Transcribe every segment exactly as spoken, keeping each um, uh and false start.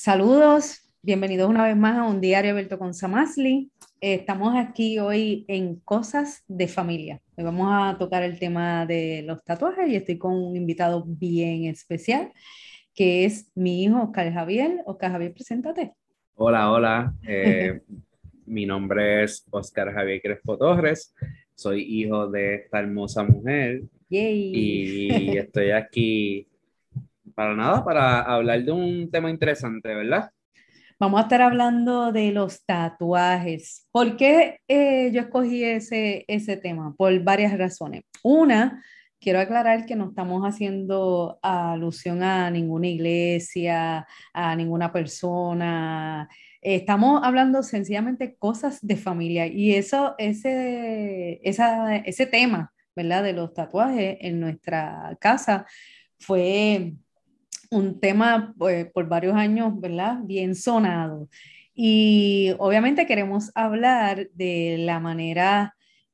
Saludos, bienvenidos una vez más a un diario abierto con Samasli. Eh, estamos aquí hoy en Cosas de Familia. Hoy vamos a tocar el tema de los tatuajes y estoy con un invitado bien especial, que es mi hijo Oscar Javier. Oscar Javier, preséntate. Hola, hola. Eh, mi nombre es Oscar Javier Crespo Torres. Soy hijo de esta hermosa mujer Yay. y estoy aquí para nada, para hablar de un tema interesante, ¿verdad? Vamos a estar hablando de los tatuajes. ¿Por qué eh, yo escogí ese, ese tema? Por varias razones. Una, quiero aclarar que no estamos haciendo alusión a ninguna iglesia, a ninguna persona. Eh, Estamos hablando sencillamente cosas de familia y eso, ese, esa, ese tema, ¿verdad? De los tatuajes en nuestra casa fue un tema pues, por varios años, ¿verdad? Bien sonado. Y obviamente queremos hablar de la manera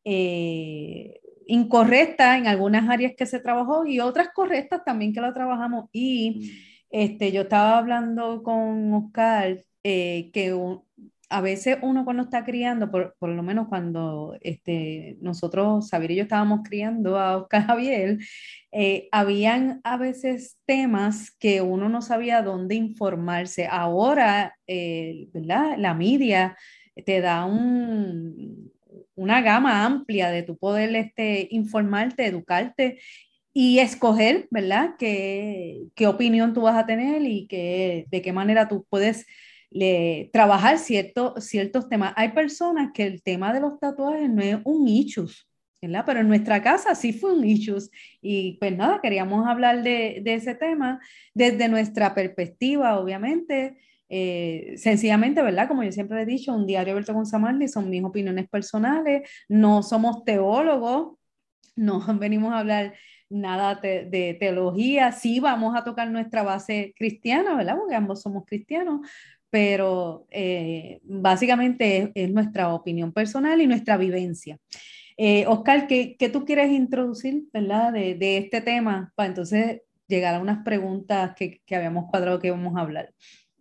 eh, incorrecta en algunas áreas que se trabajó y otras correctas también que lo trabajamos. Y Mm. este, yo estaba hablando con Oscar eh, que un- a veces uno cuando está criando, por, por lo menos cuando este, nosotros, Xavier y yo estábamos criando a Oscar Javier, eh, habían a veces temas que uno no sabía dónde informarse. Ahora, eh, ¿verdad? La media te da un, una gama amplia de tu poder este, informarte, educarte y escoger, ¿verdad? ¿Qué, qué opinión tú vas a tener y qué, de qué manera tú puedes le, trabajar cierto, ciertos temas? Hay personas que el tema de los tatuajes no es un issue, ¿verdad? Pero en nuestra casa sí fue un issue. Y pues nada, queríamos hablar de, de ese tema desde nuestra perspectiva, obviamente. Eh, sencillamente, ¿verdad? Como yo siempre he dicho, un diario abierto con Samarli son mis opiniones personales, no somos teólogos, no venimos a hablar nada te- de teología, sí vamos a tocar nuestra base cristiana, ¿verdad? Porque ambos somos cristianos, pero eh, básicamente es, es nuestra opinión personal y nuestra vivencia. Eh, Oscar, ¿qué, qué tú quieres introducir, ¿verdad? De, de este tema para entonces llegar a unas preguntas que, que habíamos cuadrado que íbamos a hablar.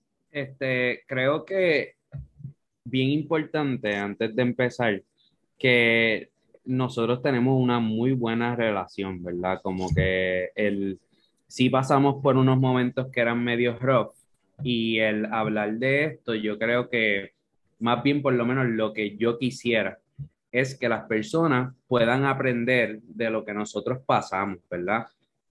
Este, creo que bien importante antes de empezar que nosotros tenemos una muy buena relación, ¿verdad? Como que el sí pasamos por unos momentos que eran medio rough y el hablar de esto, yo creo que más bien por lo menos lo que yo quisiera es que las personas puedan aprender de lo que nosotros pasamos, ¿verdad?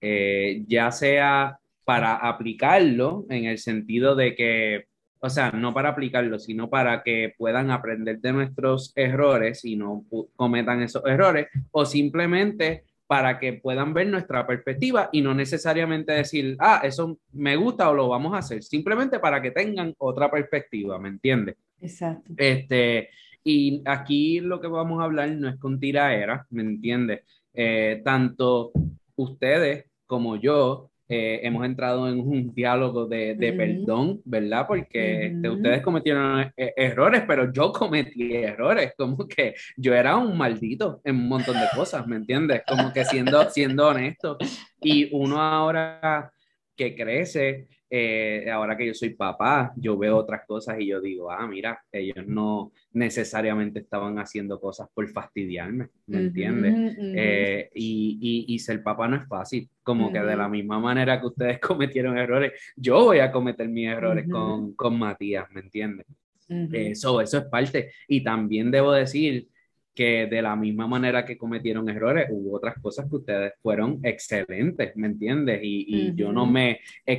Eh, ya sea para aplicarlo en el sentido de que, o sea, no para aplicarlo, sino para que puedan aprender de nuestros errores y no pu- cometan esos errores, o simplemente para que puedan ver nuestra perspectiva y no necesariamente decir, ah, eso me gusta o lo vamos a hacer, simplemente para que tengan otra perspectiva, ¿me entiendes? Exacto. Este, y aquí lo que vamos a hablar no es con tiraera, ¿me entiendes? Eh, tanto ustedes como yo eh, hemos entrado en un diálogo de, de Ujú, perdón, ¿verdad? Porque este, ujú, ustedes cometieron eh, errores, pero yo cometí errores, como que yo era un maldito en un montón de cosas, ¿me entiendes? Como que siendo, siendo honesto. Y uno ahora que crece, eh, ahora que yo soy papá, yo veo otras cosas y yo digo, ah, mira, ellos no necesariamente estaban haciendo cosas por fastidiarme, ¿me ujú, entiendes? ujú, Eh, y, y, y ser papá no es fácil, como que de la ujú, misma manera que ustedes cometieron errores, yo voy a cometer mis errores ujú, con, con Matías, ¿me entiendes? ujú, Eso, eso es parte. Y también debo decir que de la misma manera que cometieron errores, hubo otras cosas que ustedes fueron excelentes, ¿me entiendes? Y, y yo no ujú, me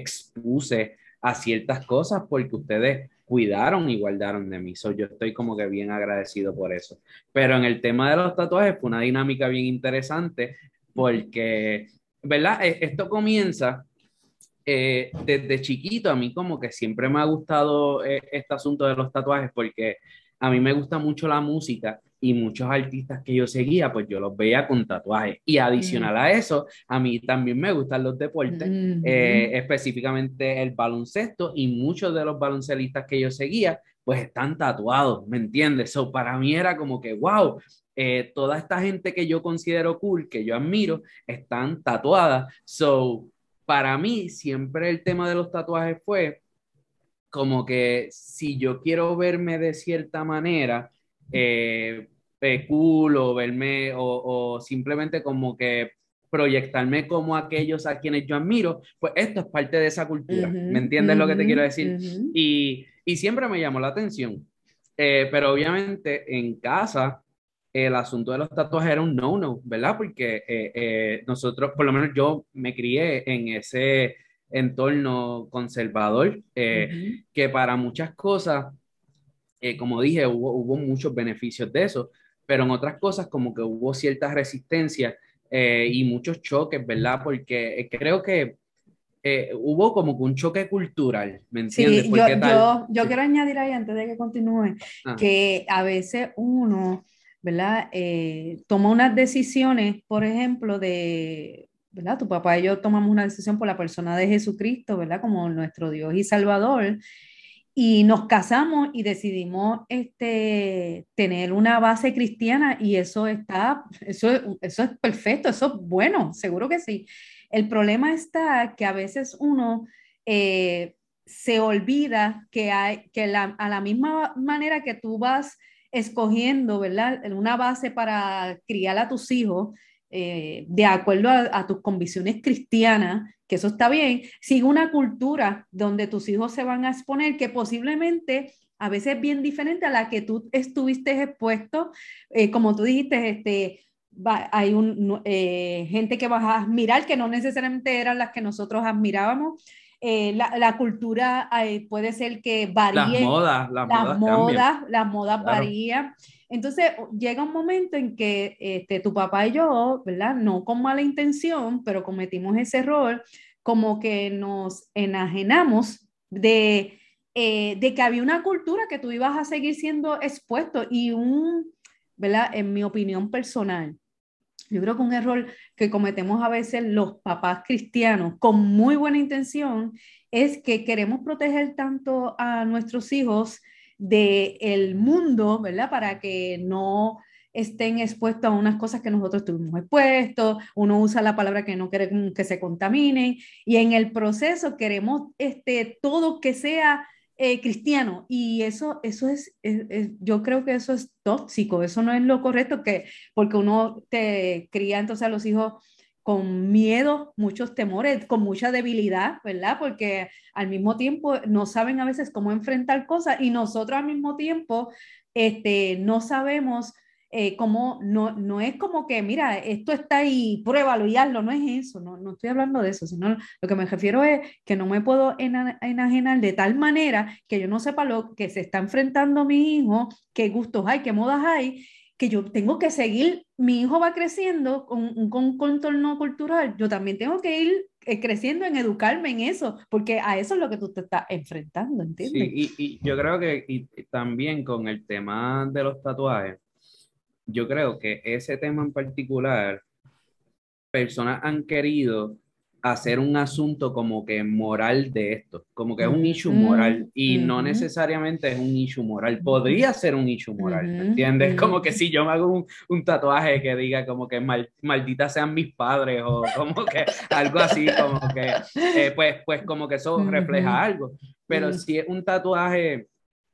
expuse a ciertas cosas porque ustedes cuidaron y guardaron de mí. So, yo estoy como que bien agradecido por eso. Pero en el tema de los tatuajes fue una dinámica bien interesante ujú, porque, ¿verdad? E- Esto comienza eh, desde chiquito a mí como que siempre me ha gustado eh, este asunto de los tatuajes porque a mí me gusta mucho la música y muchos artistas que yo seguía, pues yo los veía con tatuajes. Y adicional a eso, a mí también me gustan los deportes, eh, ujú, específicamente el baloncesto y muchos de los baloncelistas que yo seguía, pues están tatuados, ¿me entiendes? So, para mí era como que, wow, eh, toda esta gente que yo considero cool, que yo admiro, están tatuadas. So, para mí siempre el tema de los tatuajes fue como que si yo quiero verme de cierta manera, eh, eh, cool o verme o, o simplemente como que proyectarme como aquellos a quienes yo admiro, pues esto es parte de esa cultura. ¿Me Ujú, entiendes lo que te quiero ujú, decir? ujú. Y, y siempre me llamó la atención. Eh, pero obviamente en casa el asunto de los tatuajes era un no-no, ¿verdad? Porque eh, eh, nosotros, por lo menos yo me crié en ese entorno conservador, eh, Ujú. que para muchas cosas, eh, como dije, hubo, hubo muchos beneficios de eso, pero en otras cosas como que hubo ciertas resistencias eh, y muchos choques, ¿verdad? Porque eh, creo que eh, hubo como que un choque cultural, ¿me entiendes? Sí, yo, Porque tal, yo, yo sí, quiero añadir ahí antes de que continúe ah, que a veces uno, ¿verdad? Eh, toma unas decisiones, por ejemplo, de, ¿verdad? Tu papá y yo tomamos una decisión por la persona de Jesucristo, ¿verdad? Como nuestro Dios y Salvador, y nos casamos y decidimos este, tener una base cristiana y eso está, eso, es- eso es perfecto, eso es bueno, seguro que sí. El problema está que a veces uno eh, se olvida que hay, que la- a la misma manera que tú vas escogiendo, ¿verdad? En una base para criar a tus hijos, eh, de acuerdo a, a tus convicciones cristianas, que eso está bien, sigue una cultura donde tus hijos se van a exponer que posiblemente a veces es bien diferente a la que tú estuviste expuesto, eh, como tú dijiste, este, va, hay un, eh, gente que vas a admirar que no necesariamente eran las que nosotros admirábamos. Eh, la, la, cultura eh, puede ser que las varíe, modas, las las modas cambian, modas, las modas claro. varían. Entonces llega un momento en que este, tu papá y yo, ¿verdad? No con mala intención, pero cometimos ese error, como que nos enajenamos de, eh, de que había una cultura que tú ibas a seguir siendo expuesto y un, ¿verdad? En mi opinión personal, yo creo que un error que cometemos a veces los papás cristianos con muy buena intención es que queremos proteger tanto a nuestros hijos del mundo, ¿verdad? Para que no estén expuestos a unas cosas que nosotros tuvimos expuestos, uno usa la palabra que no quiere que se contaminen y en el proceso queremos este, todo que sea eh, cristiano y eso, eso es, es, es, yo creo que eso es tóxico, eso no es lo correcto, que porque uno te cría entonces a los hijos con miedo, muchos temores, con mucha debilidad, ¿verdad? Porque al mismo tiempo no saben a veces cómo enfrentar cosas y nosotros al mismo tiempo este, no sabemos eh, cómo, no, no es como que, mira, esto está ahí, pruébalo y hazlo, no es eso, no, no estoy hablando de eso, sino lo que me refiero es que no me puedo ena- enajenar de tal manera que yo no sepa lo que se está enfrentando mi hijo, qué gustos hay, qué modas hay, que yo tengo que seguir, mi hijo va creciendo con un con, contorno cultural, yo también tengo que ir eh, creciendo en educarme en eso, porque a eso es lo que tú te estás enfrentando, Sí, ¿entiendes? y, y yo creo que y y también con el tema de los tatuajes, yo creo que ese tema en particular, personas han querido hacer un asunto como que moral de esto, como que es un issue moral Ujú, y no ujú, necesariamente es un issue moral, podría ser un issue moral, ¿me ujú, entiendes? Como que ujú, si yo me hago un, un tatuaje que diga como que mal, maldita sean mis padres o como que algo así, como que eh, pues, pues como que eso refleja ujú, algo, pero ujú, si es un tatuaje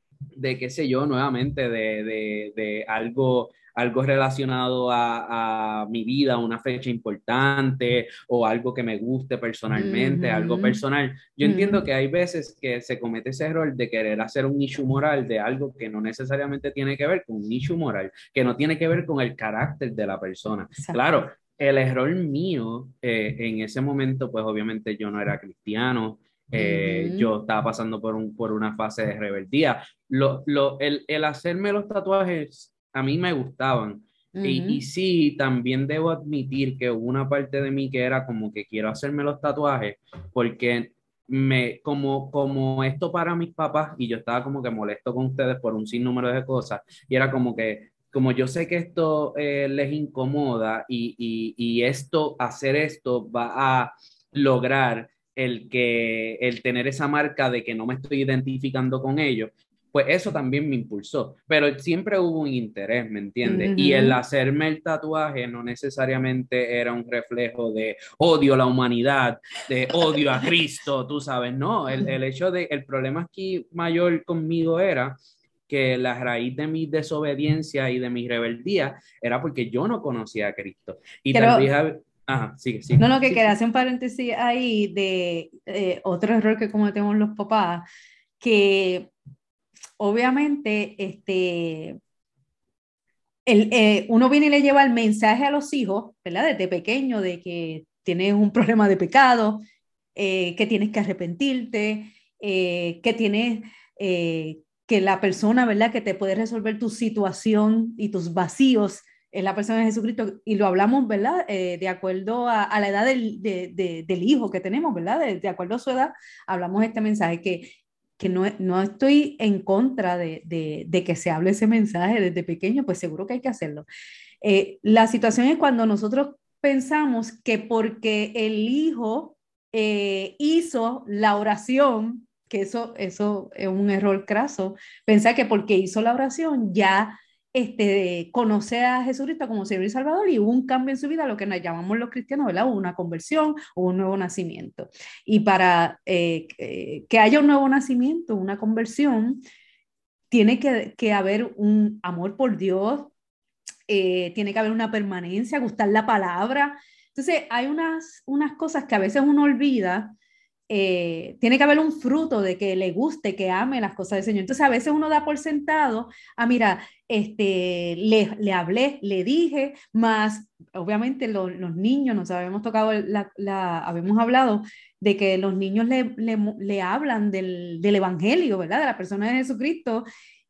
de qué sé yo, nuevamente, de, de, de algo, algo relacionado a, a mi vida, una fecha importante o algo que me guste personalmente, algo ujú, personal. Yo entiendo ujú. que hay veces que se comete ese error de querer hacer un issue moral de algo que no necesariamente tiene que ver con un issue moral, que no tiene que ver con el carácter de la persona. Exacto. Claro, el error mío eh, en ese momento, pues obviamente yo no era cristiano, eh, Ujú, yo estaba pasando por, un, por una fase de rebeldía. Lo, lo, el, el hacerme los tatuajes a mí me gustaban. Y, y ujú. sí, también debo admitir que hubo una parte de mí que era como que quiero hacerme los tatuajes porque me, como, como esto para mis papás y yo estaba como que molesto con ustedes por un sinnúmero de cosas y era como que, como yo sé que esto eh, les incomoda y, y, y esto, hacer esto va a lograr el que, el tener esa marca de que no me estoy identificando con ellos, pues eso también me impulsó, pero siempre hubo un interés, ¿me entiendes? Y el Ujú. hacerme el tatuaje no necesariamente era un reflejo de odio a la humanidad, de odio a Cristo, tú sabes, no, el, el hecho de, el problema aquí mayor conmigo era que la raíz de mi desobediencia y de mi rebeldía era porque yo no conocía a Cristo. Y tal vez, Quiero, ajá, sigue, sigue, no, no, que sí, quería sí. hacer un paréntesis ahí de eh, otro error que cometemos los papás, que obviamente este, el, eh, uno viene y le lleva el mensaje a los hijos, ¿verdad? Desde pequeño, de que tienes un problema de pecado, eh, que tienes que arrepentirte, eh, que tienes eh, que la persona, ¿verdad? Que te puede resolver tu situación y tus vacíos es la persona de Jesucristo. Y lo hablamos, ¿verdad? Eh, de acuerdo a, a, la edad del, de, de, del hijo que tenemos, ¿verdad? De, de acuerdo a su edad, hablamos este mensaje que que no, no estoy en contra de, de, de, que se hable ese mensaje desde pequeño, pues seguro que hay que hacerlo. Eh, la situación es cuando nosotros pensamos que porque el hijo eh, hizo la oración, que eso, eso es un error craso, pensar que porque hizo la oración ya este, conoce a Jesucristo como Señor y Salvador y hubo un cambio en su vida, lo que nos llamamos los cristianos, ¿verdad? Una conversión o un nuevo nacimiento. Y para eh, eh, que haya un nuevo nacimiento, una conversión, tiene que, que haber un amor por Dios, eh, tiene que haber una permanencia, gustar la palabra. Entonces, hay unas, unas cosas que a veces uno olvida. Eh, tiene que haber un fruto de que le guste, que ame las cosas del Señor. Entonces, a veces uno da por sentado, ah, mira, este, le, le hablé, le dije, más obviamente lo, los niños, nos habíamos tocado, la, la, habíamos hablado de que los niños le, le, le hablan del, del Evangelio, ¿verdad? De la persona de Jesucristo.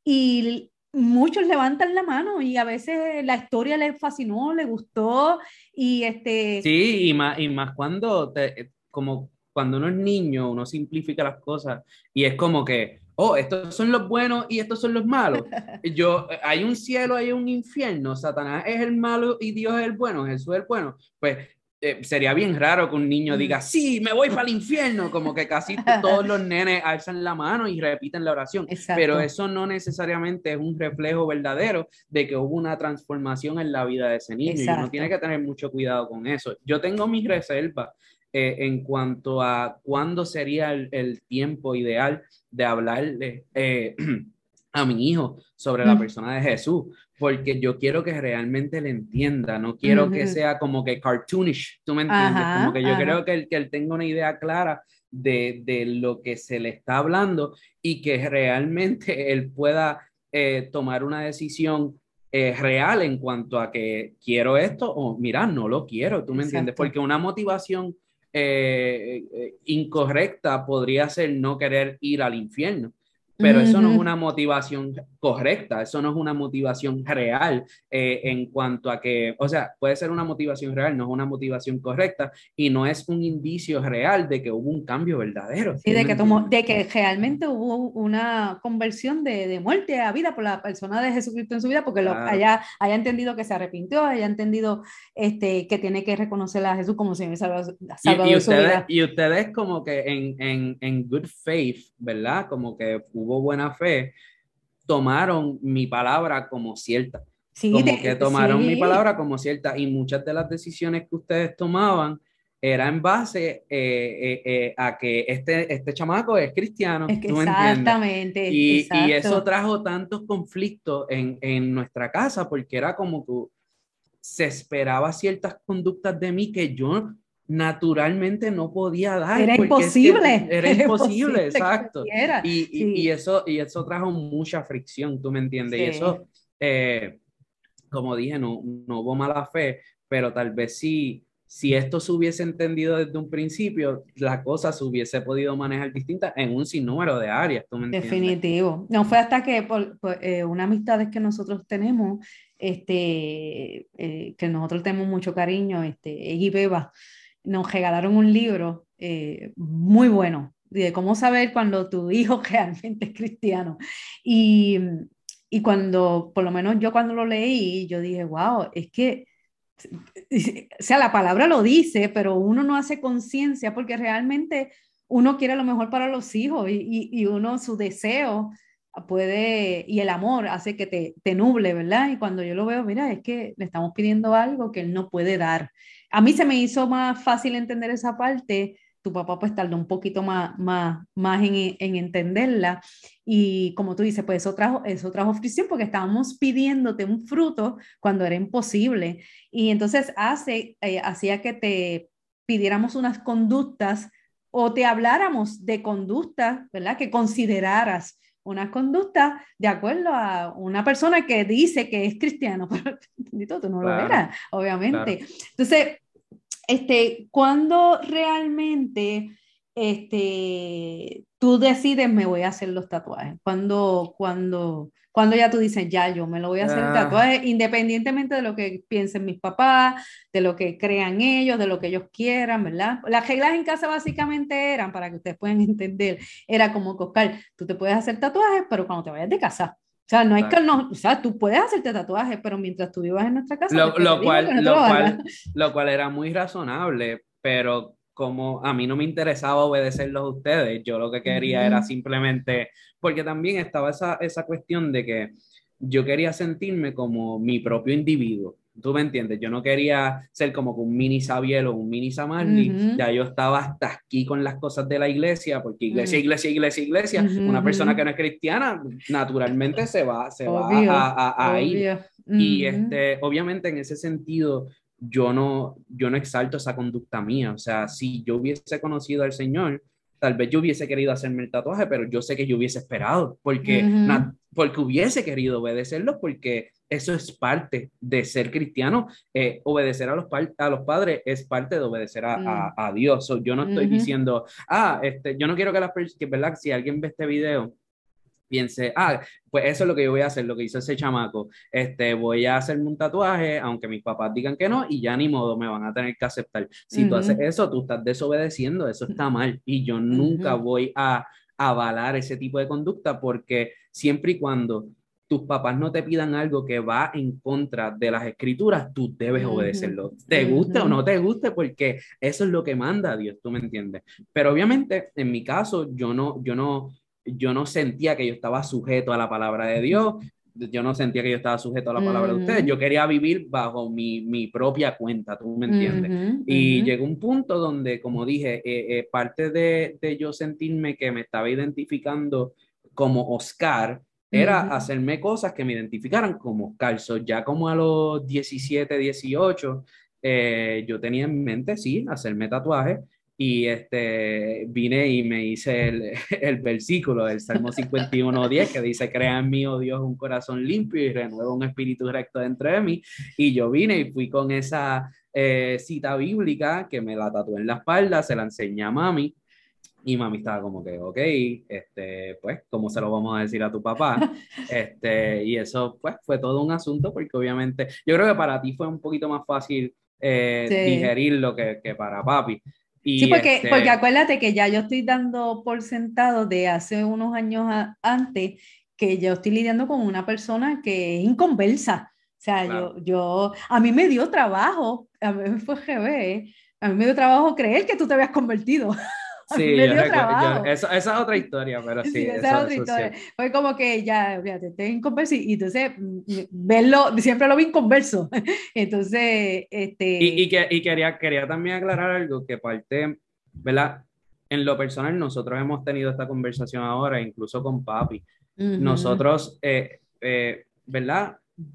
Y muchos levantan la mano y a veces la historia les fascinó, les gustó y este... Sí, y más, y más cuando, te, como cuando uno es niño, uno simplifica las cosas y es como que, oh, estos son los buenos y estos son los malos. Yo, hay un cielo, hay un infierno, Satanás es el malo y Dios es el bueno, Jesús es el bueno. Pues eh, sería bien raro que un niño diga, sí, me voy para el infierno, como que casi todos los nenes alzan la mano y repiten la oración, pero Exacto, eso no necesariamente es un reflejo verdadero de que hubo una transformación en la vida de ese niño y uno tiene que exacto. tener mucho cuidado con eso. Yo tengo mis reservas eh, en cuanto a cuándo sería el, el tiempo ideal de hablarle eh, a mi hijo sobre la Mm, persona de Jesús, porque yo quiero que realmente le entienda, no quiero que ujú. sea como que cartoonish, ¿tú me entiendes? Como Ajá, que yo creo ajá. que él, que él tenga una idea clara de, de lo que se le está hablando y que realmente él pueda eh, tomar una decisión eh, real en cuanto a que quiero esto o mira, no lo quiero, ¿tú me entiendes? Exacto. Porque una motivación eh, eh, incorrecta podría ser no querer ir al infierno. Pero eso no es Ujú. una motivación correcta, eso no es una motivación real eh, en cuanto a que, o sea, puede ser una motivación real, no es una motivación correcta y no es un indicio real de que hubo un cambio verdadero, Sí, ¿tú de me que, tomó, entiendes? de que realmente hubo una conversión de, de muerte a vida por la persona de Jesucristo en su vida, porque lo, Claro. haya, haya entendido que se arrepintió, haya entendido este, que tiene que reconocer a Jesús como Señor y Salvador, Y, Salvador y de su ustedes, vida. y ustedes como que en, en, en good faith, ¿verdad? Como que hubo buena fe, tomaron mi palabra como cierta, Sí, como que de- tomaron mi sí, palabra como cierta y muchas de las decisiones que ustedes tomaban era en base eh, eh, eh, a que este, este chamaco es cristiano, es que ¿tú me entiendes? exactamente, Y, y eso exacto. trajo tantos conflictos en, en nuestra casa porque era como que se esperaba ciertas conductas de mí que yo naturalmente no podía dar Era porque es que imposible, era era imposible, imposible que lo exacto. hiciera. Y, y, y Sí, eso, y eso trajo mucha fricción, ¿tú me entiendes? Y sí. eso, eh, como dije, no, no hubo mala fe, pero tal vez sí, si esto se hubiese entendido desde un principio, la cosa se hubiese podido manejar distinta en un sinnúmero de áreas, ¿tú me entiendes? Definitivo. No fue hasta que por, por, eh, una amistad que nosotros tenemos, este, eh, que nosotros tenemos mucho cariño, este, ella y Beba, nos regalaron un libro eh, muy bueno de cómo saber cuando tu hijo realmente es cristiano. Y, y cuando, por lo menos yo cuando lo leí, yo dije, wow, es que, o sea, la palabra lo dice, pero uno no hace conciencia porque realmente uno quiere lo mejor para los hijos y, y, y uno, su deseo. puede, y el amor hace que te, te nuble, ¿verdad? Y cuando yo lo veo, mira, es que le estamos pidiendo algo que él no puede dar. A mí se me hizo más fácil entender esa parte. Tu papá pues tardó un poquito más, más, más en, en entenderla. Y como tú dices, pues eso trajo, eso trajo fricción porque estábamos pidiéndote un fruto cuando era imposible. Y entonces hace, eh, hacía que te pidiéramos unas conductas o te habláramos de conductas, ¿verdad? Que consideraras una conducta de acuerdo a una persona que dice que es cristiano, pero bendito, tú no lo Claro, eras, obviamente. claro. Entonces, este, cuando realmente este, tú decides, me voy a hacer los tatuajes, cuando, cuando, cuando ya tú dices, ya, yo me lo voy a hacer el Ah, tatuaje, independientemente de lo que piensen mis papás, de lo que crean ellos, de lo que ellos quieran, ¿verdad? Las reglas en casa básicamente eran, para que ustedes puedan entender, era como que, Oscar, tú te puedes hacer tatuajes, pero cuando te vayas de casa. O sea, no es que exacto. no, o sea, tú puedes hacerte tatuajes, pero mientras tú vivas en nuestra casa, pues Lo, te lo pedimos que cual, no te lo lo hagas. cual, lo cual era muy razonable, pero como a mí no me interesaba obedecerlos a ustedes, yo lo que quería era Ujú, simplemente, porque también estaba esa, esa cuestión de que yo quería sentirme como mi propio individuo. ¿Tú me entiendes? Yo no quería ser como que un mini Sabiel o un mini Samarli. ujú, Ya yo estaba hasta aquí con las cosas de la iglesia, porque iglesia, ujú, iglesia, iglesia, iglesia. ujú, Una persona que ujú. no es cristiana, naturalmente se va, se va a, Obvio, a, a ir. obvio. Y Ujú, este, obviamente en ese sentido, yo no, yo no exalto esa conducta mía. O sea, si yo hubiese conocido al Señor, tal vez yo hubiese querido hacerme el tatuaje, pero yo sé que yo hubiese esperado, porque, ujú, na- porque hubiese querido obedecerlo, porque eso es parte de ser cristiano. Eh, obedecer a los, par- a los padres es parte de obedecer a, mm, a, a Dios. So, yo no estoy ujú, diciendo, ah, este, yo no quiero que las personas, que verdad, si alguien ve este video piense, ah, pues eso es lo que yo voy a hacer, lo que hizo ese chamaco. Este, voy a hacerme un tatuaje, aunque mis papás digan que no, y ya ni modo, me van a tener que aceptar. Si tú haces ujú, eso, tú estás desobedeciendo, eso está mal. Y yo nunca ujú, voy a avalar ese tipo de conducta porque siempre y cuando tus papás no te pidan algo que va en contra de las escrituras, tú debes ujú, obedecerlo. Te guste ujú, o no te guste, porque eso es lo que manda Dios, ¿tú me entiendes? Pero obviamente, en mi caso, yo no, yo no, yo no sentía que yo estaba sujeto a la palabra de Dios, yo no sentía que yo estaba sujeto a la palabra de ustedes, yo ujú, quería vivir bajo mi, mi propia cuenta, tú me entiendes. ujú, Y ujú, llegó un punto donde, como dije, eh, eh, parte de, de yo sentirme que me estaba identificando como Oscar era ujú, hacerme cosas que me identificaran como Oscar. So, ya como a los diecisiete dieciocho eh, yo tenía en mente, sí, hacerme tatuajes y este, vine y me hice el, el versículo del Salmo cincuenta y uno diez que dice, crea en mí, oh Dios, un corazón limpio y renueva un espíritu recto dentro de mí. Y yo vine y fui con esa eh, cita bíblica que me la tatué en la espalda, se la enseñé a mami. Y mami estaba como que, ok, este, pues, ¿cómo se lo vamos a decir a tu papá? Este, y eso, pues, fue todo un asunto porque obviamente, yo creo que para ti fue un poquito más fácil eh, sí. digerirlo que, que para papi. Sí, Y porque, porque este, acuérdate que ya yo estoy dando por sentado de hace unos años a- antes que yo estoy lidiando con una persona que es inconversa. O sea, claro. yo, yo, a mí me dio trabajo, a mí me fue G B, a mí me dio trabajo creer que tú te habías convertido. A mí Sí, me yo dio recuerdo, yo, trabajo. eso, esa es otra historia, pero sí, Sí, esa es eso, otra eso es historia. cierto. Fue como que ya, fíjate, estoy inconverso y, y entonces mm, verlo, siempre lo vi inconverso. Entonces, Y, este, y, que, y quería, quería también aclarar algo que parte, ¿verdad? En lo personal, nosotros hemos tenido esta conversación ahora, incluso con papi. ujú, Nosotros, eh, eh, ¿verdad?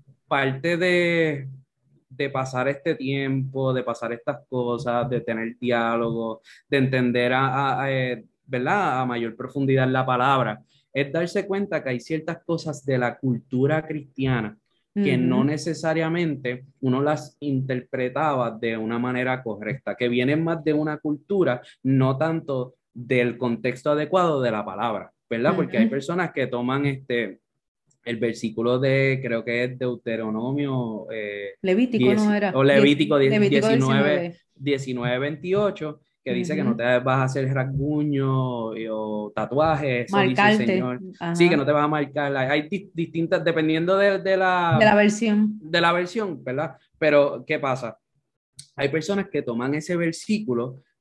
Parte de, de pasar este tiempo, de pasar estas cosas, de tener diálogo, de entender a, a- a, eh, ¿verdad? A mayor profundidad la palabra, es darse cuenta que hay ciertas cosas de la cultura cristiana que no ujú, necesariamente uno las interpretaba de una manera correcta, que vienen más de una cultura, no tanto del contexto adecuado de la palabra, ¿verdad? Porque hay ujú. personas que toman este el versículo de, creo que es Deuteronomio eh, Levítico no diez, o era, diez, Levítico diez, Levítico diecinueve, diecinueve. diecinueve veintiocho, que dice que no Ujú. te vas a hacer rasguño y- o tatuajes, eso dice el Marcarte, Señor. Sí, que no ajá, te vas a marcar. Hay, hay di- distintas, dependiendo de, de de la, la versión. de la versión, ¿verdad? Pero, ¿qué pasa? Hay personas que toman ese versículo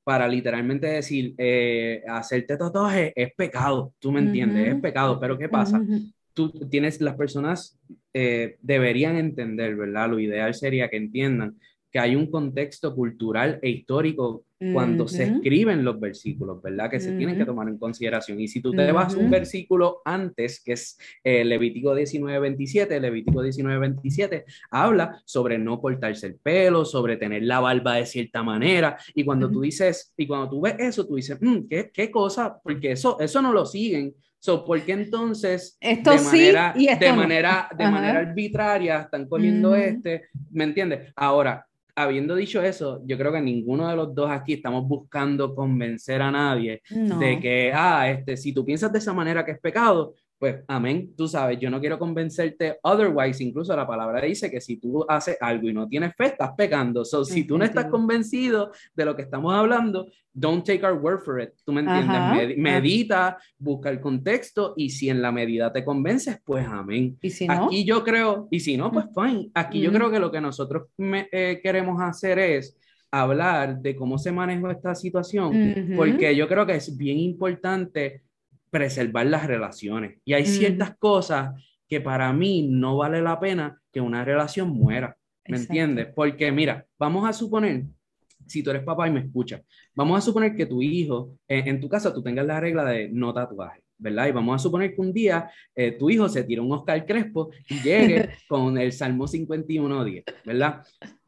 para literalmente decir, eh, hacerte tatuaje es pecado, tú me entiendes, es Ujú, pecado, pero ¿qué pasa? ujú, Tú tienes, las personas eh, deberían entender, ¿verdad? Lo ideal sería que entiendan que hay un contexto cultural e histórico cuando se ujú, escriben los versículos, ¿verdad? Que se tienen que ujú, tomar en consideración. Y si tú te vas un ujú, versículo antes, que es eh, Levítico diecinueve veintisiete, Levítico diecinueve veintisiete habla sobre no cortarse el pelo, sobre tener la barba de cierta manera. Y cuando tú ujú. dices, y cuando tú ves eso, tú dices, mmm, ¿qué, ¿qué cosa? Porque eso, eso no lo siguen. So, ¿por qué entonces Esto de sí manera, y de esto no. manera, de manera Ajá. arbitraria están cogiendo Ujú. este? ¿Me entiendes? Ahora, habiendo dicho eso, yo creo que ninguno de los dos aquí estamos buscando convencer a nadie de No. que, ah, este, si tú piensas de esa manera que es pecado, pues amén, tú sabes, yo no quiero convencerte otherwise, incluso la palabra dice que si tú haces algo y no tienes fe, estás pecando. So, si tú no estás Definitivo. convencido de lo que estamos hablando, don't take our word for it, tú me entiendes, Ajá. Med Ah, medita, busca el contexto y si en la medida te convences, pues amén. ¿y si Aquí no? yo creo, y si no, pues fine, aquí yo creo Ujú, que lo que nosotros me, eh, queremos hacer es hablar de cómo se manejó esta situación, ujú, porque yo creo que es bien importante preservar las relaciones. Y hay ujú. ciertas cosas que para mí no vale la pena que una relación muera. ¿Me Exacto. entiendes? Porque mira, vamos a suponer, si tú eres papá y me escuchas, vamos a suponer que tu hijo, eh, en tu casa tú tengas la regla de no tatuaje, ¿verdad? Y vamos a suponer que un día eh, tu hijo se tire un Oscar Crespo y llegue con el Salmo cincuenta y uno diez, ¿verdad?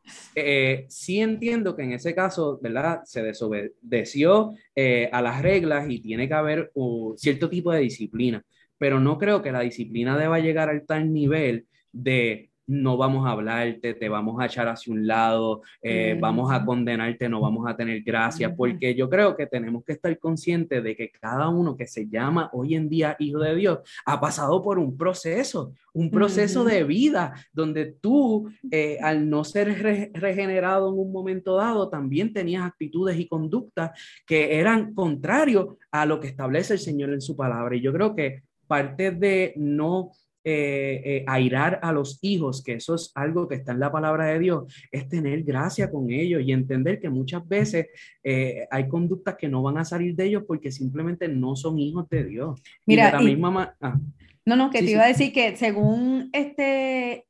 Eh, sí entiendo que en ese caso, ¿verdad? Se desobedeció eh, a las reglas y tiene que haber uh, cierto tipo de disciplina, pero no creo que la disciplina deba llegar al tal nivel de no vamos a hablarte, te vamos a echar hacia un lado, eh, vamos a Ujú, condenarte, no vamos a tener gracia, ujú, porque yo creo que tenemos que estar conscientes de que cada uno que se llama hoy en día hijo de Dios ha pasado por un proceso, un proceso ujú, de vida donde tú eh, al no ser re regenerado en un momento dado, también tenías actitudes y conductas que eran contrarios a lo que establece el Señor en su palabra. Y yo creo que parte de no eh, eh, airar a los hijos, que eso es algo que está en la palabra de Dios, es tener gracia con ellos y entender que muchas veces eh, hay conductas que no van a salir de ellos porque simplemente no son hijos de Dios. Y de Mira, la y misma manera, ah, no, no, que sí, te iba a sí. decir que según este,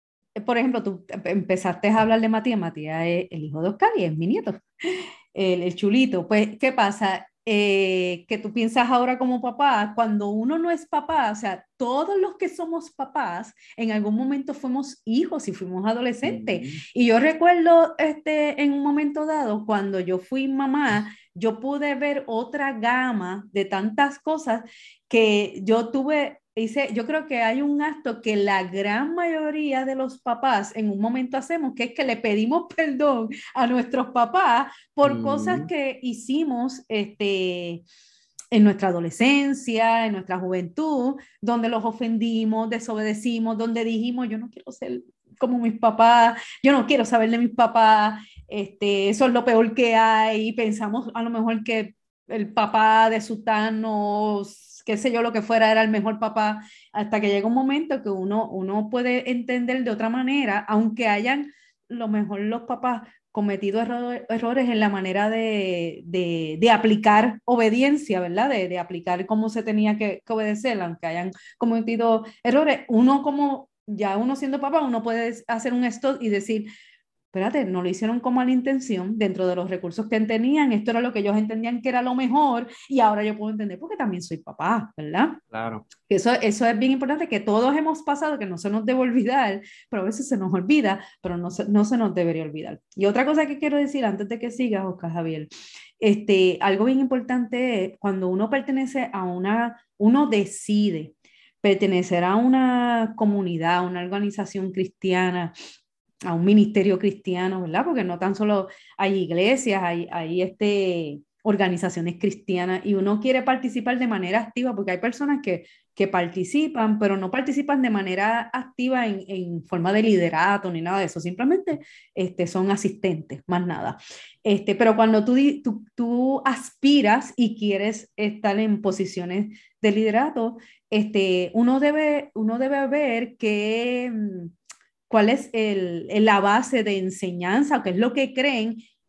por ejemplo, tú empezaste a hablar de Matías, Matías es el hijo de Oscar y es mi nieto, el, el chulito. Pues, ¿qué pasa? Eh, que tú piensas ahora como papá, cuando uno no es papá, o sea, todos los que somos papás, en algún momento fuimos hijos y fuimos adolescentes. Mm, Y yo recuerdo este, en un momento dado, cuando yo fui mamá, yo pude ver otra gama de tantas cosas que yo tuve. Dice, yo creo que hay un acto que la gran mayoría de los papás en un momento hacemos, que es que le pedimos perdón a nuestros papás por cosas mm. que hicimos este, en nuestra adolescencia, en nuestra juventud, donde los ofendimos, desobedecimos, donde dijimos, yo no quiero ser como mis papás, yo no quiero saber de mis papás, este, eso es lo peor que hay, y pensamos a lo mejor que el papá de Sutano, qué sé yo, lo que fuera, era el mejor papá, hasta que llega un momento que uno, uno puede entender de otra manera, aunque hayan lo mejor los papás cometido error, errores en la manera de, de, de, aplicar obediencia, ¿verdad? De, de aplicar cómo se tenía que, que, obedecer, aunque hayan cometido errores. Uno como, ya uno siendo papá, uno puede hacer un stop y decir, espérate, no lo hicieron con mala intención, dentro de los recursos que tenían, esto era lo que ellos entendían que era lo mejor, y ahora yo puedo entender porque también soy papá, ¿verdad? Claro. Eso, eso es bien importante, que todos hemos pasado, que no se nos debe olvidar, pero a veces se nos olvida, pero no se, no se nos debería olvidar. Y otra cosa que quiero decir antes de que sigas, Oscar Javier, este, algo bien importante es cuando uno pertenece a una, uno decide pertenecer a una comunidad, a una organización cristiana, a un ministerio cristiano, ¿verdad? Porque no tan solo hay iglesias, hay, hay este, organizaciones cristianas y uno quiere participar de manera activa, porque hay personas que, que participan, pero no participan de manera activa en, en forma de liderato ni nada de eso, simplemente este, son asistentes, más nada. Este, pero cuando tú, tú, tú aspiras y quieres estar en posiciones de liderato, este, uno, debe, uno debe ver que cuál es el, la base de enseñanza, qué es lo que creen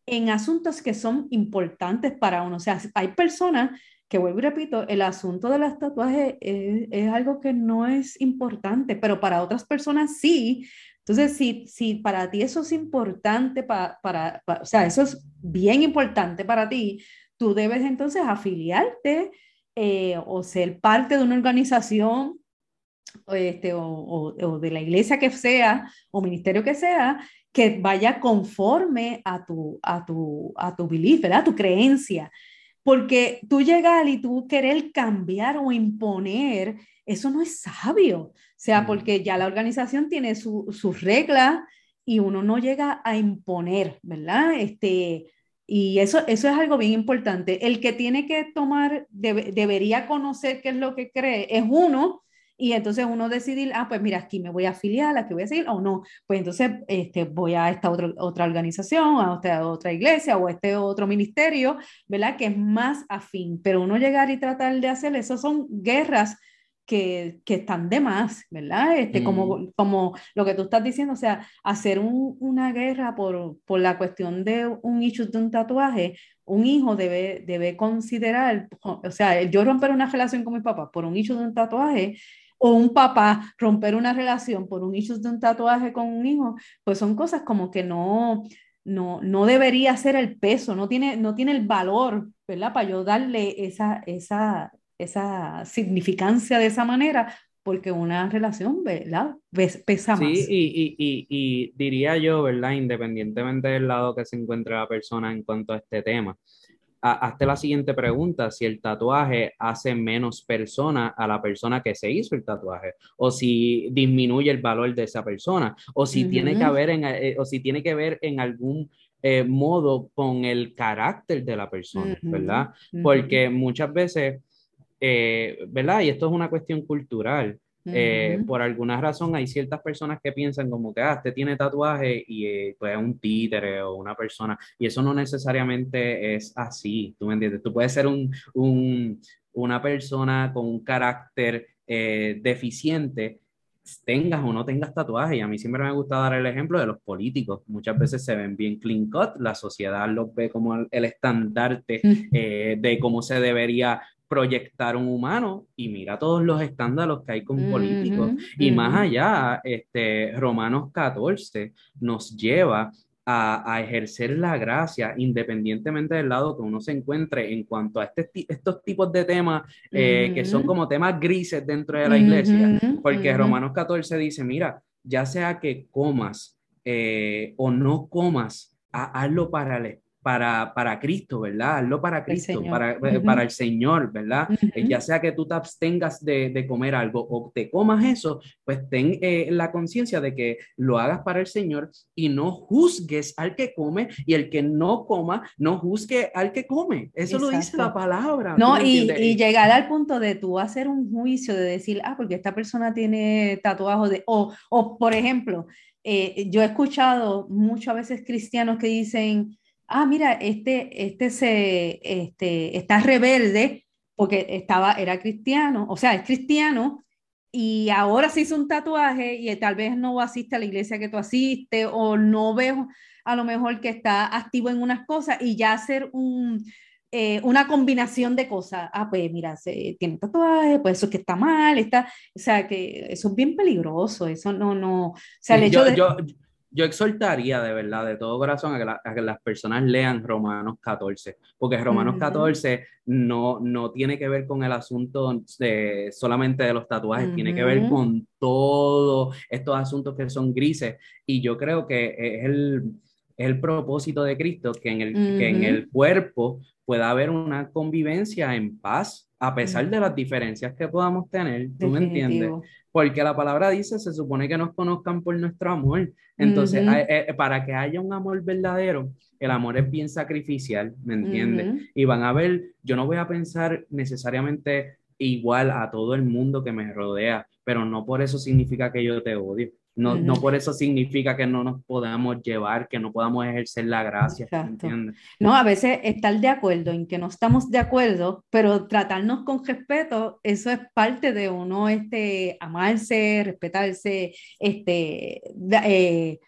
en asuntos que son importantes para uno. O sea, hay personas que, vuelvo y repito, el asunto de los tatuajes es, es algo que no es importante, pero para otras personas sí. Entonces, si, si para ti eso es importante, pa, para, pa- o sea, eso es bien importante para ti, tú debes entonces afiliarte eh, o ser parte de una organización o, este, o, o, o de la iglesia que sea, o ministerio que sea, que vaya conforme a tu, a tu, a tu belief, ¿verdad? A tu creencia. Porque tú llegar y tú querer cambiar o imponer, eso no es sabio. O sea, Mm. porque ya la organización tiene su, sus reglas y uno no llega a imponer, ¿verdad? Este, y eso, eso es algo bien importante. El que tiene que tomar, debe, debería conocer qué es lo que cree, es uno, y entonces uno decidir, ah, pues mira, aquí me voy a afiliar, aquí voy a seguir, o no, pues entonces este, voy a esta otra, otra organización, a esta otra iglesia o a este otro ministerio, ¿verdad? Que es más afín, pero uno llegar y tratar de hacer eso son guerras que, que están de más, ¿verdad? Este, Mm. como, como lo que tú estás diciendo, o sea, hacer un, una guerra por, por la cuestión de un issue de un tatuaje, un hijo debe, debe considerar, o sea, yo romper una relación con mi papá por un issue de un tatuaje, o un papá romper una relación por un issue de un tatuaje con un hijo, pues son cosas como que no, no, no debería ser el peso, no tiene, no tiene el valor, ¿verdad? Para yo darle esa, esa, esa significancia de esa manera, porque una relación, ¿verdad? Pes- Pesa Sí, más. y, y, y, y diría yo, ¿verdad? Independientemente del lado que se encuentre la persona en cuanto a este tema, ha- hazte la siguiente pregunta: si el tatuaje hace menos persona a la persona que se hizo el tatuaje, o si disminuye el valor de esa persona, o si tiene que Ujú, haber en, eh, o si tiene que ver en algún eh, modo con el carácter de la persona, ujú, ¿verdad? ujú, Porque muchas veces, eh, ¿verdad? Y esto es una cuestión cultural. Eh, ujú, por alguna razón hay ciertas personas que piensan como que, ah, este tiene tatuaje y eh, pues es un títere o una persona, y eso no necesariamente es así, ¿tú me entiendes? Tú puedes ser un, un- una persona con un carácter eh, deficiente, tengas o no tengas tatuaje, y a mí siempre me gusta dar el ejemplo de los políticos. Muchas veces se ven bien clean cut, la sociedad los ve como el, el estandarte ujú, eh, de cómo se debería proyectar un humano, y mira todos los escándalos que hay con políticos. ujú, Y más ujú, allá, este, Romanos catorce nos lleva a, a ejercer la gracia independientemente del lado que uno se encuentre en cuanto a este, estos tipos de temas eh, que son ujú, como temas grises dentro de la iglesia, ujú, porque ujú. Romanos catorce dice, mira, ya sea que comas eh, o no comas, ha- hazlo para el para, para Cristo, ¿verdad? Hazlo para El Cristo, Señor. para, eh, para Ujú, el Señor, ¿verdad? Eh, ya ujú. sea que tú te abstengas de, de comer algo o te comas eso, pues ten eh, la conciencia de que lo hagas para el Señor, y no juzgues al que come, y el que no coma, no juzgue al que come. Eso lo dice la Exacto. palabra, ¿tú No, me y, entiendes? y Y, llegar al punto de tú hacer un juicio, de decir, ah, porque esta persona tiene tatuajes de, o, o por ejemplo, eh, yo he escuchado muchas veces cristianos que dicen, ah, mira, este, este se, este, está rebelde porque estaba, era cristiano, o sea, es cristiano y ahora se hizo un tatuaje y tal vez no asiste a la iglesia que tú asistes o no veo a lo mejor que está activo en unas cosas y ya hacer un eh, una combinación de cosas. Ah, pues mira, se, tiene tatuaje, pues eso es que está mal, está, o sea, que eso es bien peligroso, eso no, no, o sea, el sí, hecho yo, de... yo, yo exhortaría de verdad, de todo corazón, a que, la- a que las personas lean Romanos catorce, porque Romanos Ujú, catorce no, no tiene que ver con el asunto de, solamente de los tatuajes, tiene que ver ujú, con todos estos asuntos que son grises, y yo creo que es el, es el propósito de Cristo, que en el, que en ujú, el cuerpo pueda haber una convivencia en paz, a pesar de las ujú, diferencias que podamos tener, ¿tú me entiendes? definitivo. Porque la palabra dice, se supone que nos conozcan por nuestro amor. Entonces, a- Ujú, eh, para que haya un amor verdadero, el amor es bien sacrificial, ¿me entiendes? ujú, Y van a ver, yo no voy a pensar necesariamente igual a todo el mundo que me rodea, pero no por eso significa que yo te odio. No, no ujú. por eso significa que no nos podamos llevar, que no podamos ejercer la gracia, ¿me Exacto. entiendes? No, a veces estar de acuerdo en que no estamos de acuerdo, pero tratarnos con respeto, eso es parte de uno, este, amarse, respetarse, este, da- eh,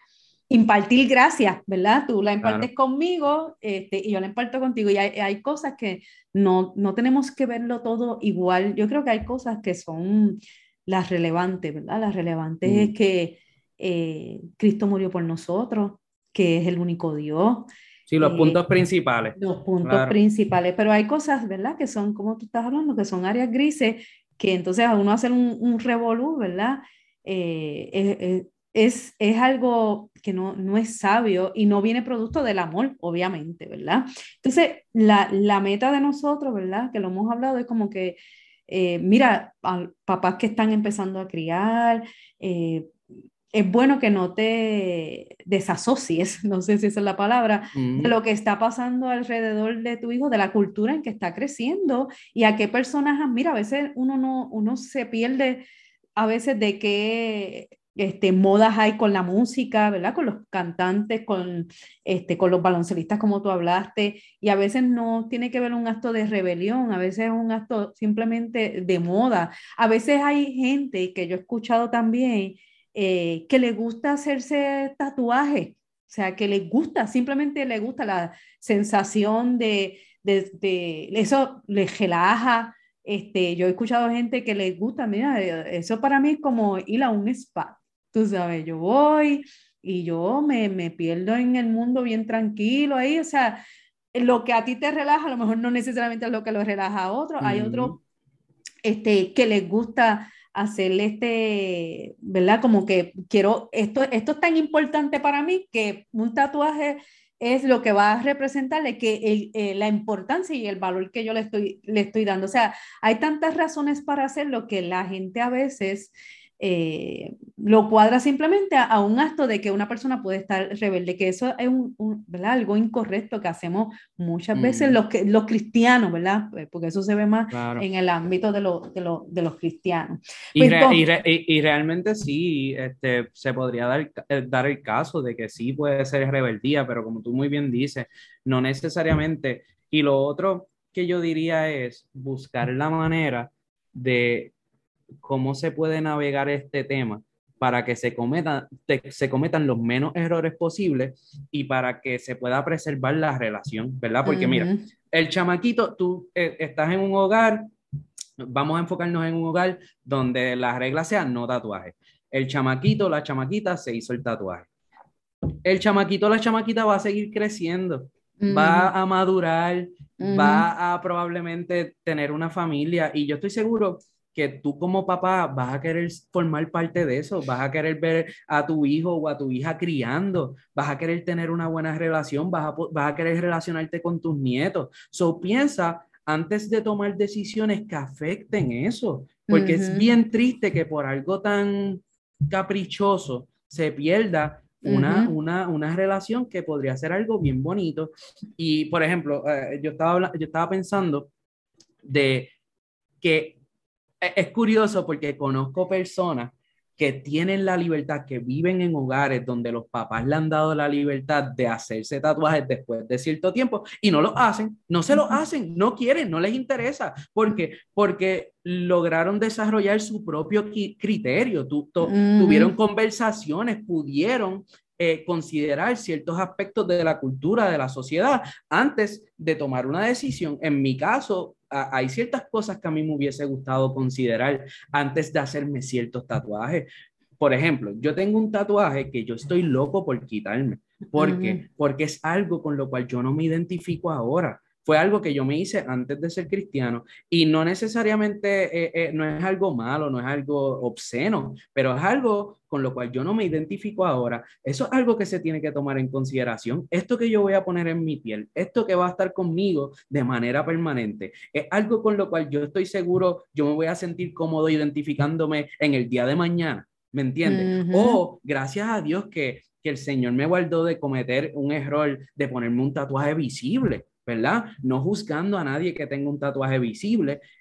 impartir gracias, ¿verdad? Tú la Claro. impartes conmigo, este, y yo la imparto contigo. Y hay, hay cosas que no, no tenemos que verlo todo igual. Yo creo que hay cosas que son las relevantes, ¿verdad? Las relevantes es Mm. que eh, Cristo murió por nosotros, que es el único Dios, Sí, los eh, puntos principales. los puntos Claro. principales. Pero hay cosas, ¿verdad? Que son, como tú estás hablando, que son áreas grises, que entonces a uno hacer un, un revolú, ¿verdad? Eh, es, es- es, es algo que no, no es sabio y no viene producto del amor, obviamente, ¿verdad? Entonces, la, la meta de nosotros, ¿verdad? Que lo hemos hablado, es como que, eh, mira, a papás que están empezando a criar, eh, es bueno que no te desasocies, no sé si esa es la palabra, de Mm. lo que está pasando alrededor de tu hijo, de la cultura en que está creciendo y a qué personas admira. A veces uno no, uno se pierde a veces de qué este, modas hay con la música, ¿verdad? Con los cantantes, con, este, con los baloncelistas, como tú hablaste, y a veces no tiene que ver un acto de rebelión, a veces es un acto simplemente de moda. A veces hay gente que yo he escuchado también eh, que le gusta hacerse tatuajes, o sea, que le gusta, simplemente le gusta la sensación de, de, de eso les relaja. Este, yo he escuchado gente que les gusta, mira, eh, eso para mí es como ir a un spa, tú sabes, yo voy y yo me, me pierdo en el mundo bien tranquilo ahí, o sea, lo que a ti te relaja, a lo mejor no necesariamente es lo que lo relaja a otros, hay otros Mm. este, que les gusta hacerle este, ¿verdad? Como que quiero, esto, esto es tan importante para mí que un tatuaje es lo que va a representarle que el, eh, la importancia y el valor que yo le estoy, le estoy dando. O sea, hay tantas razones para hacerlo que la gente a veces eh, lo cuadra simplemente a, a, un acto de que una persona puede estar rebelde, que eso es un, un, ¿verdad? Algo incorrecto que hacemos muchas veces Mm. los, que, los cristianos, ¿verdad? Porque eso se ve más Claro. en el ámbito de, lo, de, lo, de los cristianos. Y, Pues re- y, entonces, re- y- y realmente sí, este, se podría dar, eh, dar el caso de que sí puede ser rebeldía, pero como tú muy bien dices, no necesariamente. Y lo otro que yo diría es buscar la manera de cómo se puede navegar este tema para que se cometan, te- se cometan los menos errores posibles y para que se pueda preservar la relación, ¿verdad? Porque mira, uh-huh, el chamaquito, tú eh, estás en un hogar, vamos a enfocarnos en un hogar donde la regla sea no tatuaje. El chamaquito, la chamaquita se hizo el tatuaje. El chamaquito, la chamaquita va a seguir creciendo, va uh-huh, a madurar, uh-huh, va a probablemente tener una familia y yo estoy seguro que tú como papá vas a querer formar parte de eso, vas a querer ver a tu hijo o a tu hija criando, vas a querer tener una buena relación, vas a, vas a querer relacionarte con tus nietos. So piensa antes de tomar decisiones que afecten eso, porque es uh-huh, bien triste que por algo tan caprichoso se pierda una, uh-huh, una, una relación que podría ser algo bien bonito. Y, por ejemplo, eh, yo, estaba, yo estaba pensando de que es curioso porque conozco personas que tienen la libertad, que viven en hogares donde los papás le han dado la libertad de hacerse tatuajes después de cierto tiempo y no lo hacen, no se lo hacen, no quieren, no les interesa. ¿Por qué? Porque lograron desarrollar su propio criterio, tu, tu, tuvieron uh-huh, conversaciones, pudieron eh, considerar ciertos aspectos de la cultura, de la sociedad, antes de tomar una decisión. En mi caso, a, hay ciertas cosas que a mí me hubiese gustado considerar antes de hacerme ciertos tatuajes. Por ejemplo, yo tengo un tatuaje que yo estoy loco por quitarme. ¿Por uh-huh, qué? Porque es algo con lo cual yo no me identifico ahora. Fue algo que yo me hice antes de ser cristiano y no necesariamente eh, eh, no es algo malo, no es algo obsceno, pero es algo con lo cual yo no me identifico ahora. Eso es algo que se tiene que tomar en consideración. Esto que yo voy a poner en mi piel, esto que va a estar conmigo de manera permanente, es algo con lo cual yo estoy seguro, yo me voy a sentir cómodo identificándome en el día de mañana. ¿Me entiendes? uh-huh, O gracias a Dios que, que el Señor me guardó de cometer un error de ponerme un tatuaje visible, ¿verdad? No juzgando a nadie que tenga un tatuaje visible,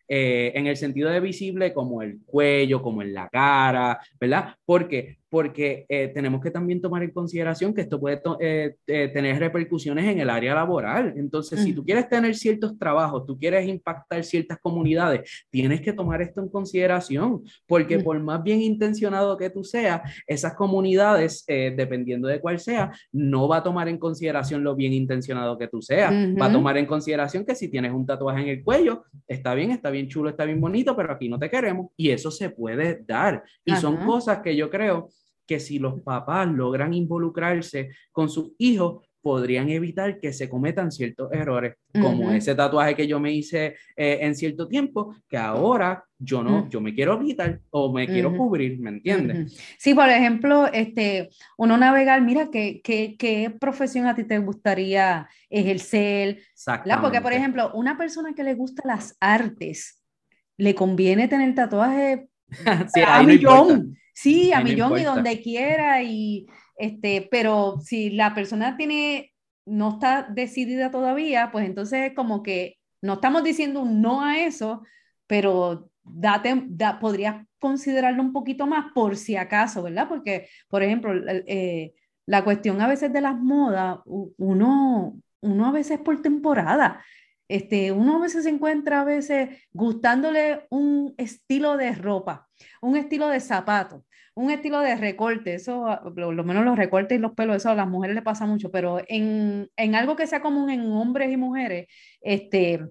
eh, en el sentido de visible como el cuello, como en la cara, ¿verdad? Porque porque eh, tenemos que también tomar en consideración que esto puede eh, eh, tener repercusiones en el área laboral. Entonces, si tú Ujú, quieres tener ciertos trabajos, tú quieres impactar ciertas comunidades, tienes que tomar esto en consideración, porque ujú, por más bien intencionado que tú seas, esas comunidades, eh, dependiendo de cuál sea, no va a tomar en consideración lo bien intencionado que tú seas, va a ujú, tomar en consideración que si tienes un tatuaje en el cuello, está bien, está bien chulo, está bien bonito, pero aquí no te queremos y eso se puede dar. Y son ajá, cosas que yo creo que si los papás logran involucrarse con sus hijos, podrían evitar que se cometan ciertos errores, como ujú, ese tatuaje que yo me hice eh, en cierto tiempo, que ahora yo no, ujú, yo me quiero quitar o me quiero ujú, cubrir, ¿me entiendes? ujú. Sí, por ejemplo, este, uno navegar, mira, ¿qué, qué, qué profesión a ti te gustaría ejercer? ¿Verdad? Porque, por Exactamente. ejemplo, una persona que le gusta las artes, le conviene tener tatuajes Sí, a ahí no importa, millón, sí, a ahí no millón y importa. donde quiera, y este, pero si la persona tiene, no está decidida todavía, pues entonces como que no estamos diciendo un no a eso, pero date, da, podrías considerarlo un poquito más por si acaso, ¿verdad? Porque, por ejemplo, eh, la cuestión a veces de las modas, uno, uno a veces por temporada. Este, uno a veces se encuentra a veces gustándole un estilo de ropa, un estilo de zapato, un estilo de recorte. Eso, ah, por lo menos los recortes y los pelos, eso a las mujeres les pasa mucho, pero en, en algo que sea común en hombres y mujeres, este,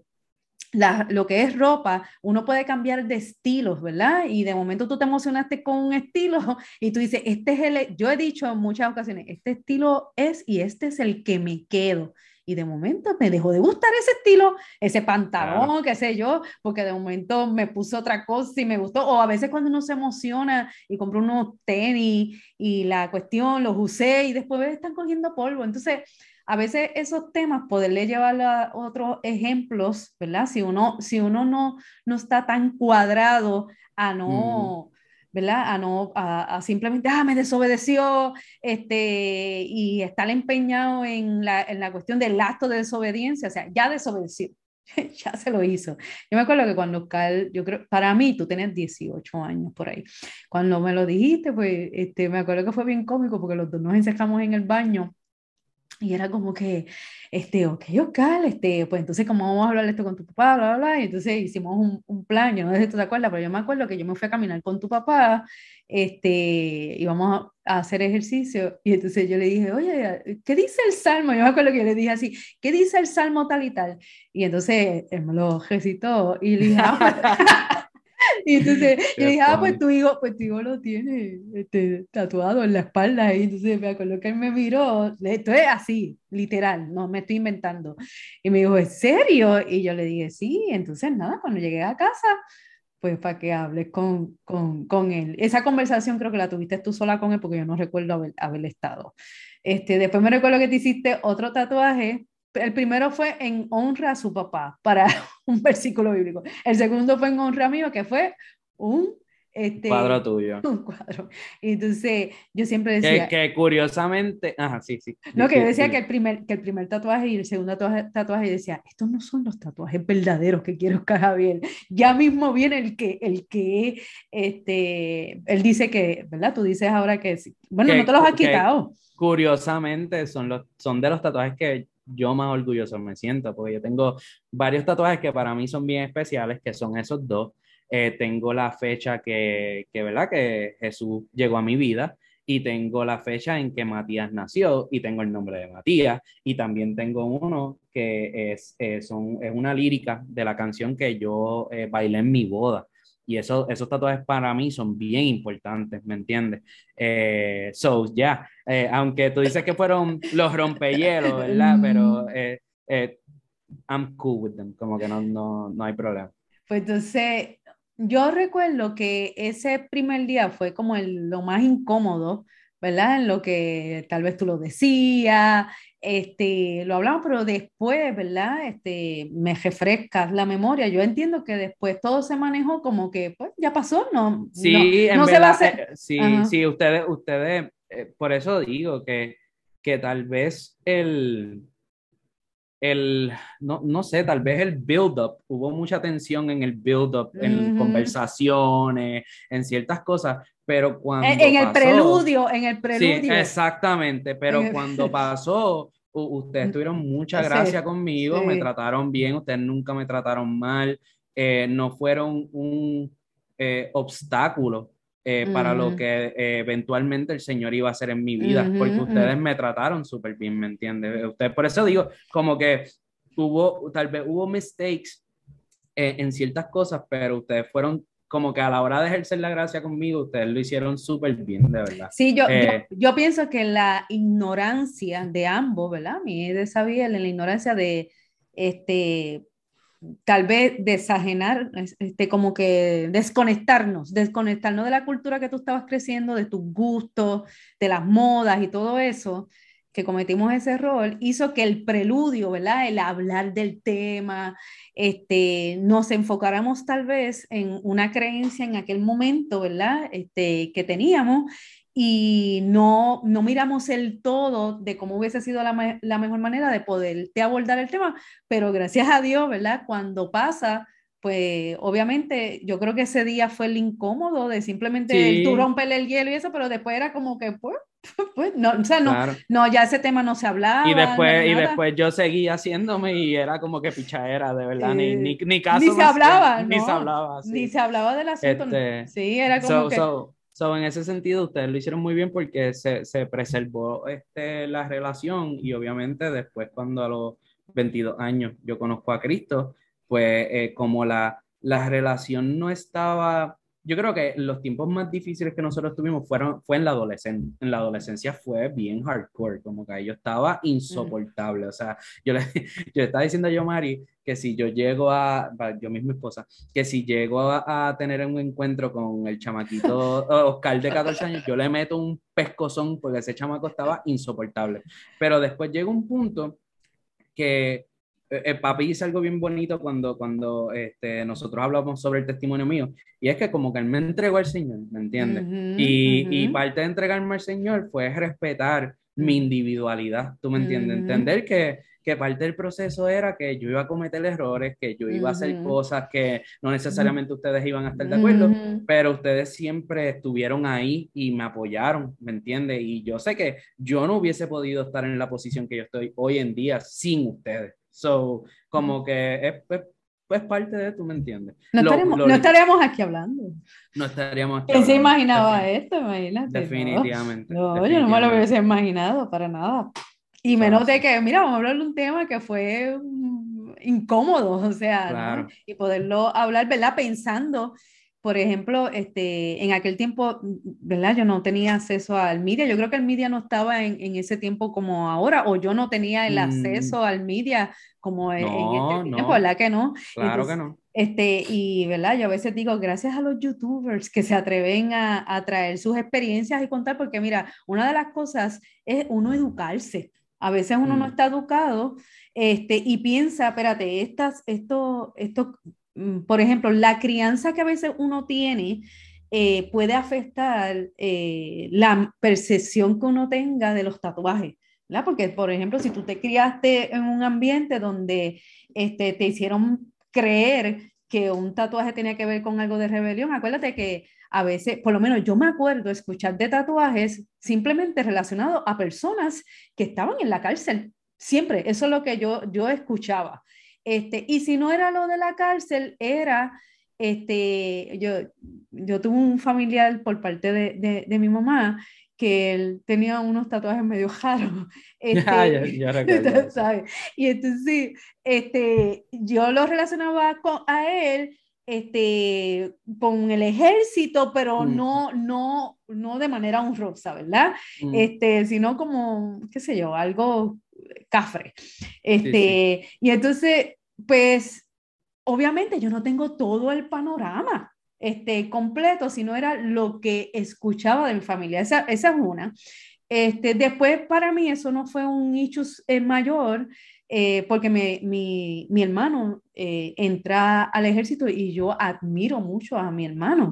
la, lo que es ropa, uno puede cambiar de estilos, ¿verdad? Y de momento tú te emocionaste con un estilo y tú dices, este es el, yo he dicho en muchas ocasiones, este estilo es y este es el que me quedo. Y de momento me dejó de gustar ese estilo, ese Claro. pantalón, qué sé yo, porque de momento me puso otra cosa y me gustó. O a veces cuando uno se emociona y compra unos tenis y la cuestión, los usé y después están cogiendo polvo. Entonces, a veces esos temas, poderle llevar a otros ejemplos, ¿verdad? Si uno, si uno no, no está tan cuadrado a Ujú. no, ¿verdad? A no, a, a simplemente, ah, me desobedeció, este, y estar empeñado en la, en la cuestión del acto de desobediencia, o sea, ya desobedeció. Ya se lo hizo. Yo me acuerdo que cuando Oscar, yo creo, para mí, tú tenías dieciocho años por ahí. Cuando me lo dijiste, pues, este, me acuerdo que fue bien cómico porque los dos nos encerramos en el baño y era como que, este, ok, Oscar, este, pues entonces, ¿cómo vamos a hablar esto con tu papá? Bla, bla, bla. Y entonces hicimos un, un plan, yo no sé si tú te acuerdas, pero yo me acuerdo que yo me fui a caminar con tu papá, este, íbamos a, a hacer ejercicio, y entonces yo le dije, oye, ¿qué dice el salmo? Yo me acuerdo que yo le dije así, ¿qué dice el salmo tal y tal? Y entonces él me lo recitó, y le dije, ah, pues, y entonces yo le Qué dije, ah, pues funny. tu hijo, pues tu hijo lo tiene este, tatuado en la espalda. Y entonces me acuerdo que él me miró, esto es así, literal, no me estoy inventando. Y me dijo, ¿en serio? Y yo le dije, sí. Entonces nada, cuando llegué a casa, pues para que hables con, con, con él. Esa conversación creo que la tuviste tú sola con él porque yo no recuerdo haber, haber estado. Este, después me recuerdo que te hiciste otro tatuaje. El primero fue en honra a su papá, para un versículo bíblico. El segundo fue en honra mío, que fue un, Cuadro este, tuyo. un cuadro. Y entonces yo siempre Que, decía, que curiosamente, ajá, sí, sí, no, di- que yo di- decía que dime. el primer, que el primer tatuaje y el segundo tatuaje, tatuaje y decía, estos no son los tatuajes verdaderos que quiero Oscar Javier. Ya mismo viene el que, el que, este, él dice que, ¿verdad? Tú dices ahora que, sí. Bueno, no te Que, los has cu- que quitado. curiosamente son, los, son de los tatuajes que yo más orgulloso me siento, porque yo tengo varios tatuajes que para mí son bien especiales, que son esos dos. Eh, tengo la fecha que, que, ¿verdad? Que Jesús llegó a mi vida y tengo la fecha en que Matías nació y tengo el nombre de Matías y también tengo uno que es, eh, son, es una lírica de la canción que yo eh, bailé en mi boda. Y eso, esos tatuajes para mí son bien importantes, ¿me entiendes? Eh, so, ya, yeah. eh, aunque tú dices que fueron los rompehielos, ¿verdad? Pero Mm, eh, eh, I'm cool with them, como que no, no, no hay problema. Pues entonces, yo recuerdo que ese primer día fue como el, lo más incómodo, ¿verdad? En lo que tal vez tú lo decías, este, lo hablamos, pero después, ¿verdad? Este, me refrescas la memoria. Yo entiendo que después todo se manejó como que, pues, ya pasó, no, no, Sí, en no se va a verdad, hacer. eh, sí, Ajá. sí, ustedes, ustedes, eh, por eso digo que, que tal vez el, el, no, no sé, tal vez el build-up, hubo mucha tensión en el build-up, en Ujú. conversaciones, en ciertas cosas, pero En, cuando en el pasó, preludio, en el sí, preludio. exactamente, En pero cuando el- pasó, u- ustedes tuvieron mucha gracia Sí, conmigo, me sí. trataron bien, ustedes nunca me trataron mal, eh, no fueron un eh, obstáculo eh, para lo Ujú, que eh, eventualmente el Señor iba a hacer en mi vida, ujú, porque ujú. ustedes me trataron súper bien, ¿me entiendes? Ustedes, por eso digo, como que hubo, tal vez hubo mistakes eh, en ciertas cosas, pero ustedes fueron como que a la hora de ejercer la gracia conmigo, ustedes lo hicieron súper bien, de verdad. Sí, yo, yo, Eh, yo pienso que la ignorancia de ambos, ¿verdad? A mí de Sabiel, en la ignorancia de, este, tal vez desajenar, es- este, como que desconectarnos, desconectarnos de la cultura que tú estabas creciendo, de tus gustos, de las modas y todo eso, que cometimos ese error, hizo que el preludio, ¿verdad? El hablar del tema, este, nos enfocáramos tal vez en una creencia en aquel momento, ¿verdad? Este, que teníamos y no, no miramos el todo de cómo hubiese sido la, me- la mejor manera de poder abordar el tema, pero gracias a Dios, ¿verdad? Cuando pasa, pues obviamente yo creo que ese día fue el incómodo de simplemente el tú sí, romperle el hielo y eso, pero después era como que, pues, pues, no, o sea, no, claro. no, ya ese tema no se Y hablaba, no, después, y nada. después yo seguía haciéndome y era como que pichadera, de verdad, ni, ni, Eh, ni ni caso se me hacían, hablaba, ni se no, hablaba ni así. se hablaba del asunto, Este, sí, era como so, que, so, so, en ese sentido, ustedes lo hicieron muy bien porque se, se preservó este, la relación y obviamente después cuando a los veintidós años yo conozco a Cristo, pues eh, como la, la relación no estaba, yo creo que los tiempos más difíciles que nosotros tuvimos fueron, fue en la adolescencia, en la adolescencia fue bien hardcore, como que yo estaba mm, insoportable, o sea, yo le, yo le estaba diciendo a yo, Mari, que si yo llego a, yo misma esposa, que si llego a, a tener un encuentro con el chamaquito Oscar de catorce años, yo le meto un pescozón porque ese chamaco estaba insoportable. Pero después llega un punto que eh, eh, papi dice algo bien bonito cuando, cuando este, nosotros hablamos sobre el testimonio mío, y es que como que él me entregó al Señor, ¿me entiendes? ujú, Y, y ujú, parte de entregarme al Señor fue respetar mi ujú, individualidad, ¿tú me entiendes? ujú, Entender que, que parte del proceso era que yo iba a cometer errores, que yo iba a hacer ujú, cosas que no ujú, necesariamente ustedes iban a estar de acuerdo, ujú. pero ustedes siempre estuvieron ahí y me apoyaron, ¿me entiendes? Y yo sé que yo no hubiese podido estar en la posición que yo estoy hoy en día sin ustedes. So, como que es, es, es parte de, tú me entiendes. No Lo, estaremos, lo, no estaríamos aquí hablando. no estaríamos aquí ¿Quién se hablando, imaginaba defin- esto? Imagínate, no. definitivamente, No, yo no me lo hubiese definitivamente. imaginado para nada. Y Eso es menos de así, que, mira, vamos a hablar de un tema que fue mm, incómodo, o sea, ¿no? claro. Y poderlo hablar, ¿verdad? Pensando, por ejemplo, este, en aquel tiempo, mm, ¿verdad? Yo no tenía acceso al media. Yo creo que el media no estaba en, en ese tiempo como ahora, o yo no tenía el Mm, acceso al media como en, en este no, tiempo, no, ¿verdad que no? claro que Entonces, no. este, y, ¿verdad? Yo a veces digo, gracias a los youtubers que se atreven a, a traer sus experiencias y contar, porque mira, una de las cosas es uno educarse. A veces uno no Mm, está educado, este, y piensa, espérate, estas, esto, esto, mm, por ejemplo, la crianza que a veces uno tiene eh, puede afectar eh, la percepción que uno tenga de los tatuajes, ¿verdad? Porque, por ejemplo, si tú te criaste en un ambiente donde este, te hicieron creer que un tatuaje tenía que ver con algo de rebelión, acuérdate que a veces, por lo menos yo me acuerdo escuchar de tatuajes simplemente relacionados a personas que estaban en la cárcel. Siempre, eso es lo que yo, yo escuchaba. Este, y si no era lo de la cárcel, era, este, yo, yo tuve un familiar por parte de, de, de mi mamá que él tenía unos tatuajes medio raros, ya, ya, este, ya recuerdo eso. ¿sabes? Y entonces sí, este, yo lo relacionaba con, a él este, con el ejército, pero Mm, no, no, no de manera honrosa, ¿verdad? mm, Este, sino como, qué sé yo, algo cafre. sí, sí. Este, y entonces, pues, obviamente yo no tengo todo el panorama este, completo, sino era lo que escuchaba de mi familia. Esa, esa es una. Este, después, para mí, eso no fue un issue eh, mayor, eh, porque me, mi, mi hermano eh, entra al ejército y yo admiro mucho a mi hermano.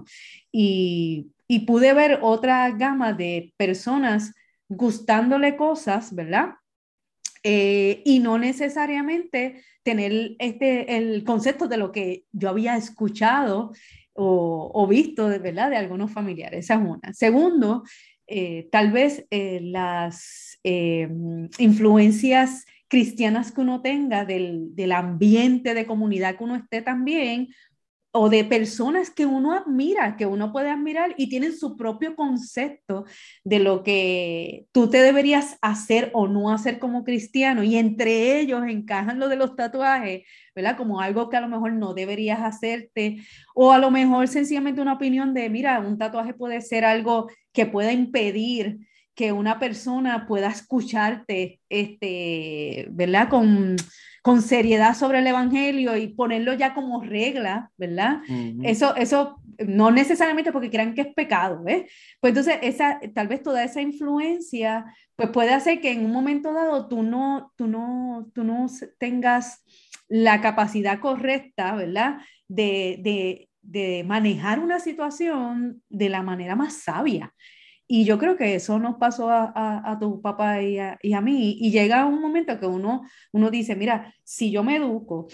Y, y pude ver otra gama de personas gustándole cosas, ¿verdad? eh, y no necesariamente tener este, el concepto de lo que yo había escuchado o, o visto, de, ¿verdad? De algunos familiares. Esa es una. Segundo, eh, tal vez eh, las eh, influencias cristianas que uno tenga del, del ambiente de comunidad que uno esté también, o de personas que uno admira, que uno puede admirar y tienen su propio concepto de lo que tú te deberías hacer o no hacer como cristiano, y entre ellos encajan lo de los tatuajes, ¿verdad? Como algo que a lo mejor no deberías hacerte, o a lo mejor sencillamente una opinión de, mira, un tatuaje puede ser algo que pueda impedir que una persona pueda escucharte, este, ¿verdad? Con con seriedad sobre el evangelio y ponerlo ya como regla, ¿verdad? Ujú. Eso, eso no necesariamente porque crean que es pecado, ¿ves? Pues entonces, esa, tal vez toda esa influencia, pues puede hacer que en un momento dado tú no, tú no, tú no tengas la capacidad correcta, ¿verdad? De, de, de manejar una situación de la manera más sabia. Y yo creo que eso nos pasó a, a, a tu papá y a, y a mí. Y llega un momento que uno, uno dice, mira, si yo me educo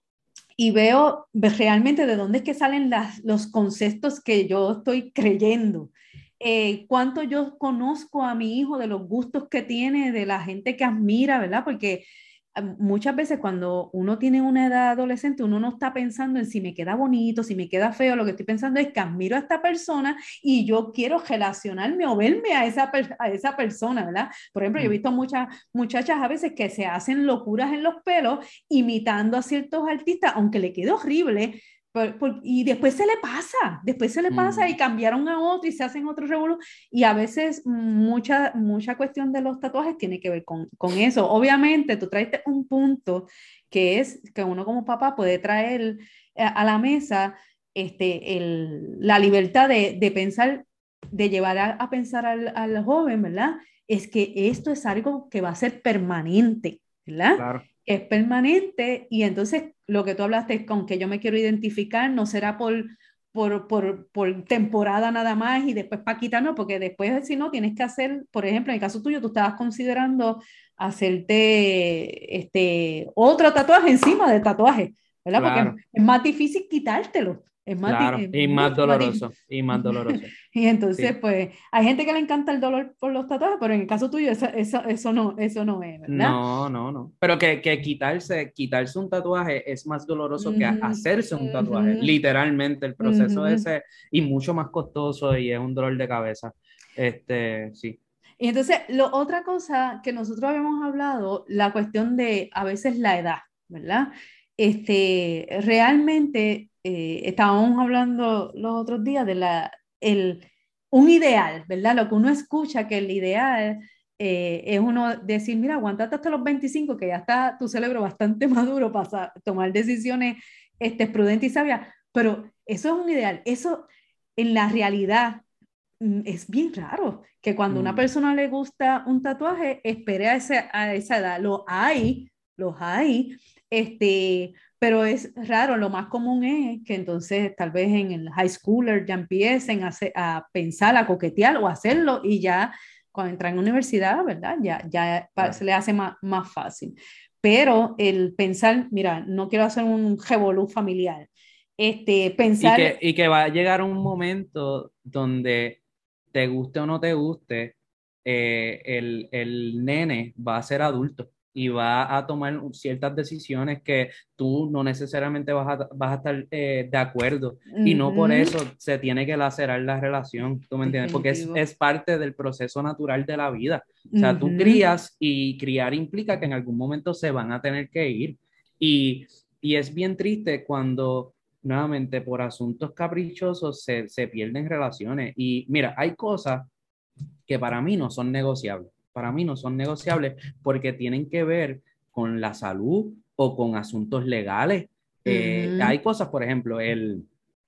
y veo realmente de dónde es que salen las, los conceptos que yo estoy creyendo, eh, cuánto yo conozco a mi hijo, de los gustos que tiene, de la gente que admira, ¿verdad? Porque eh, muchas veces cuando uno tiene una edad adolescente, uno no está pensando en si me queda bonito, si me queda feo, lo que estoy pensando es que admiro a esta persona y yo quiero relacionarme o verme a esa, a esa persona, ¿verdad? Por ejemplo, yo he Mm. visto muchas muchachas a veces que se hacen locuras en los pelos imitando a ciertos artistas, aunque le quede horrible, por, por, y después se le pasa, después se le pasa y Mm. cambiaron a otro y se hacen otro revuelo. Y a veces mucha, mucha cuestión de los tatuajes tiene que ver con, con eso. Obviamente, tú traes un punto que es que uno como papá puede traer a, a la mesa este, el, la libertad de, de pensar, de llevar a, a pensar al, al joven, ¿verdad? Es que esto es algo que va a ser permanente, ¿verdad? Claro. Es permanente y entonces lo que tú hablaste con que yo me quiero identificar no será por, por, por, por temporada nada más y después para quitarnos, porque después si no tienes que hacer, por ejemplo, en el caso tuyo, tú estabas considerando hacerte este, otro tatuaje encima del tatuaje, ¿verdad? Porque es, Claro, es más difícil quitártelo, es más, claro. es Y más mucho más difícil. doloroso, y más doloroso. Y entonces, Sí. pues, hay gente que le encanta el dolor por los tatuajes, pero en el caso tuyo, eso, eso, eso no, eso no es, ¿verdad? No, no, no. Pero que, que quitarse, quitarse un tatuaje es más doloroso que Ujú, hacerse un tatuaje. ujú, Literalmente, el proceso ujú. ese y mucho más costoso y es un dolor de cabeza. Este, sí. Y entonces, lo, otra cosa que nosotros habíamos hablado, la cuestión de a veces la edad, ¿verdad? Este, realmente eh, estábamos hablando los otros días de la, el, un ideal, ¿verdad? Lo que uno escucha que el ideal eh, es uno decir, mira, aguantate hasta los veinticinco que ya está tu cerebro bastante maduro para tomar decisiones este, prudentes y sabias, pero eso es un ideal, eso en la realidad mm, es bien raro que cuando a una Mm. persona le gusta un tatuaje, espere a, ese, a esa edad. Lo hay, los hay, este, pero es raro. Lo más común es que entonces tal vez en el high schooler ya empiecen a, hacer, a pensar, a coquetear o a hacerlo y ya cuando entran en universidad, ¿verdad? Ya, ya Claro. se le hace más, más fácil. Pero el pensar, mira, no quiero hacer un revolú familiar. Este, Y pensar que, y que va a llegar un momento donde te guste o no te guste, eh, el, el nene va a ser adulto y va a tomar ciertas decisiones que tú no necesariamente vas a, vas a estar eh, de acuerdo. Y no por ujú, eso se tiene que lacerar la relación, ¿tú me entiendes? Porque es, definitivo. es parte del proceso natural de la vida. O sea, tú Ujú, crías y criar implica que en algún momento se van a tener que ir. Y, y es bien triste cuando nuevamente por asuntos caprichosos se, se pierden relaciones. Y mira, hay cosas que para mí no son negociables. Para mí no son negociables porque tienen que ver con la salud o con asuntos legales. Eh, ujú, hay cosas, por ejemplo, el,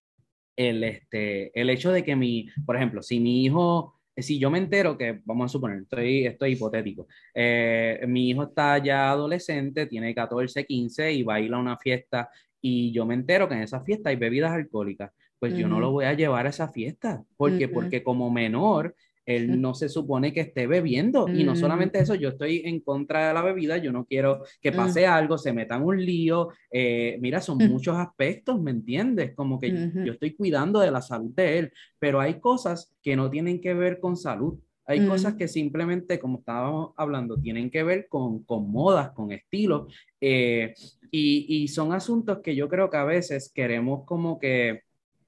el, este, el hecho de que mi, por ejemplo, si mi hijo, si yo me entero que, vamos a suponer, estoy, estoy hipotético, eh, mi hijo está ya adolescente, tiene catorce quince y va a ir a una fiesta y yo me entero que en esa fiesta hay bebidas alcohólicas, pues yo no lo ujú, voy a llevar a esa fiesta. ¿Por qué? ujú, Porque como menor, él no se supone que esté bebiendo. Y no Mm, solamente eso, yo estoy en contra de la bebida, yo no quiero que mm, pase algo, se meta en un lío. Eh, mira, son mm, muchos aspectos, ¿me entiendes? Como que yo mm, estoy cuidando de la salud de él, pero hay cosas que no tienen que ver con salud. Hay cosas mm, que simplemente, como estábamos hablando, tienen que ver con, con modas, con estilos, eh, y, y son asuntos que yo creo que a veces queremos como que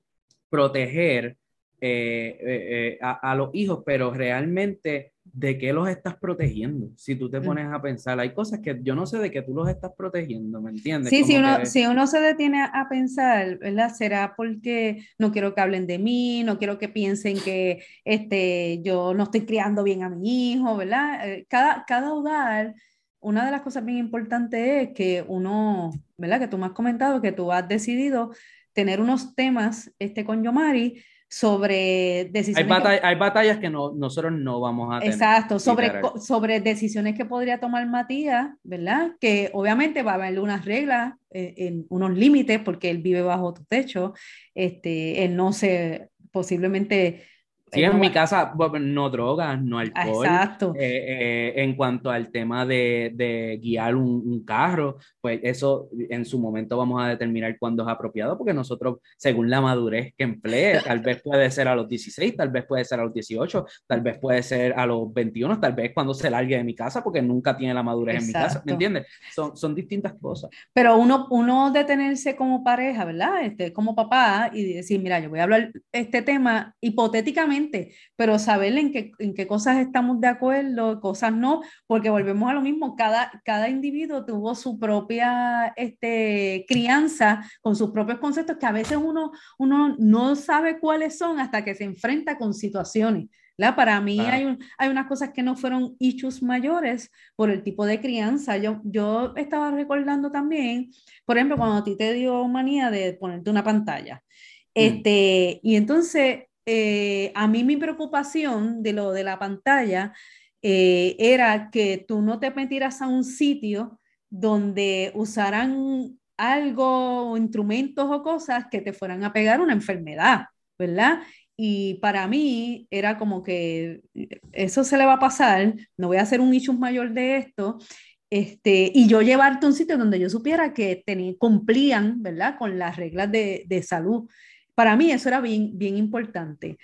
proteger eh, eh, eh, a, a los hijos, pero realmente, ¿de qué los estás protegiendo? Si tú te mm. pones a pensar, hay cosas que yo no sé de qué tú los estás protegiendo, ¿me entiendes? Sí, si Como uno, que, si uno se detiene a, a pensar, ¿verdad? Será porque no quiero que hablen de mí, no quiero que piensen que este, yo no estoy criando bien a mi hijo, ¿verdad? Eh, cada, cada hogar, una de las cosas bien importantes es que uno, ¿verdad? Que tú me has comentado que tú has decidido tener unos temas este, con Yomari sobre hay, decisiones que batall hay batallas que no, nosotros no vamos a tener, exacto, sobre, literal. co- sobre decisiones que podría tomar Matías, ¿verdad? Que obviamente va a haber unas reglas, eh, en unos límites, porque él vive bajo tu techo, este, él no se, posiblemente, Sí, él en no mi va, casa, bueno, no drogas, no ah, alcohol. exacto, Eh, eh, en cuanto al tema de, de guiar un, un carro, pues eso en su momento vamos a determinar cuándo es apropiado, porque nosotros, según la madurez que emplee, tal vez puede ser a los dieciséis, tal vez puede ser a los dieciocho, tal vez puede ser a los veintiuno, tal vez cuando se largue de mi casa, porque nunca tiene la madurez en mi casa, ¿me exacto. entiendes? Son, son distintas cosas. Pero uno, uno detenerse como pareja, ¿verdad? Este, como papá y decir, mira, yo voy a hablar este tema hipotéticamente, pero saber en qué, en qué cosas estamos de acuerdo, cosas no, porque volvemos a lo mismo, cada, cada individuo tuvo su propia este, crianza con sus propios conceptos que a veces uno, uno no sabe cuáles son hasta que se enfrenta con situaciones. ¿verdad? Para mí hay, Claro. un, hay unas cosas que no fueron issues mayores por el tipo de crianza. Yo, yo estaba recordando también, por ejemplo, cuando a ti te dio manía de ponerte una pantalla. Mm, Este, y entonces, eh, a mí mi preocupación de lo de la pantalla eh, era que tú no te metieras a un sitio donde usaran algo, o instrumentos o cosas que te fueran a pegar una enfermedad, ¿verdad? Y para mí era como que eso se le va a pasar, no voy a hacer un issue mayor de esto, este, y yo llevarte a un sitio donde yo supiera que tenía, cumplían, ¿verdad?, con las reglas de, de salud. Para mí eso era bien, bien importante.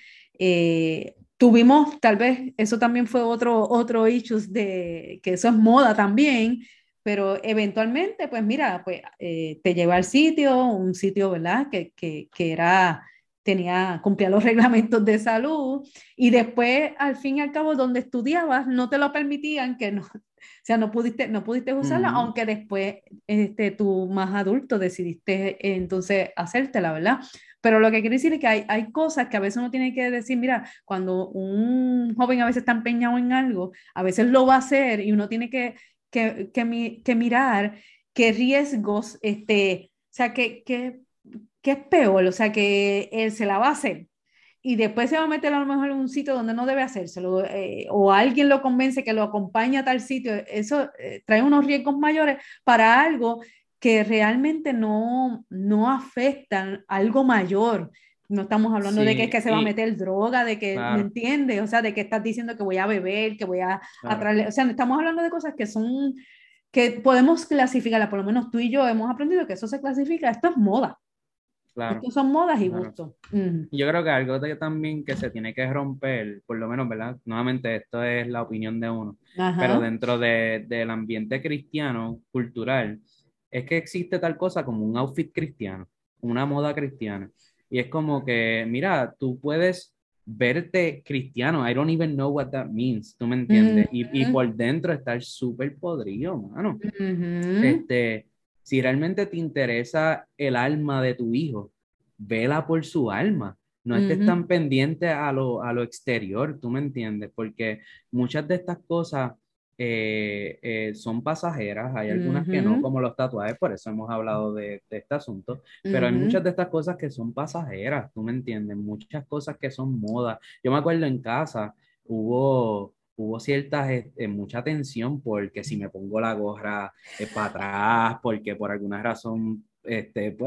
Eh, tuvimos, tal vez, eso también fue otro, otro issues de que eso es moda también, pero eventualmente, pues mira, pues eh, te lleva al sitio, un sitio, ¿verdad?, que, que, que era, tenía, cumplía los reglamentos de salud y después, al fin y al cabo, donde estudiabas, no te lo permitían, que no, o sea, no pudiste, no pudiste usarla, ujú. aunque después este, tú más adulto decidiste eh, entonces hacértela, ¿verdad? Pero lo que quiero decir es que hay, hay cosas que a veces uno tiene que decir, mira, cuando un joven a veces está empeñado en algo, a veces lo va a hacer y uno tiene que, que, que, mi- que mirar qué riesgos, este, o sea, que, que, que es peor, o sea, que él se la va a hacer y después se va a meter a lo mejor en un sitio donde no debe hacérselo, eh, o alguien lo convence que lo acompañe a tal sitio, eso eh, trae unos riesgos mayores para algo que realmente no, no afectan algo mayor. No estamos hablando de que es Sí, que se va a y meter droga, de que, ¿me claro, entiendes? O sea, de que estás diciendo que voy a beber, que voy a, a claro, traerle, o sea, estamos hablando de cosas que son, que podemos clasificarla, por lo menos tú y yo hemos aprendido que eso se clasifica, esto es moda, claro, esto son modas y claro. gustos. Uh Yo creo que algo de- también que se tiene que romper, por lo menos, ¿verdad? Nuevamente, esto es la opinión de uno, -huh. pero Ajá. dentro de, del ambiente cristiano, cultural, es que existe tal cosa como un outfit cristiano, una moda cristiana. Y es como que, mira, tú puedes verte cristiano, I don't even know what that means, ¿tú me entiendes? Y, y Ujú, por dentro estar súper podrido, mano. ujú, Este, si realmente te interesa el alma de tu hijo, vela por su alma. No estés tan ujú, pendiente a lo, a lo exterior, ¿tú me entiendes? Porque muchas de estas cosas eh, eh, son pasajeras, hay algunas que no, ujú, como los tatuajes, por eso hemos hablado de, de este asunto, pero hay muchas ujú, de estas cosas que son pasajeras, ¿tú me entiendes? Muchas cosas que son moda. Yo me acuerdo en casa, hubo hubo cierta, eh, mucha tensión porque si me pongo la gorra para atrás, porque por alguna razón, este, pues,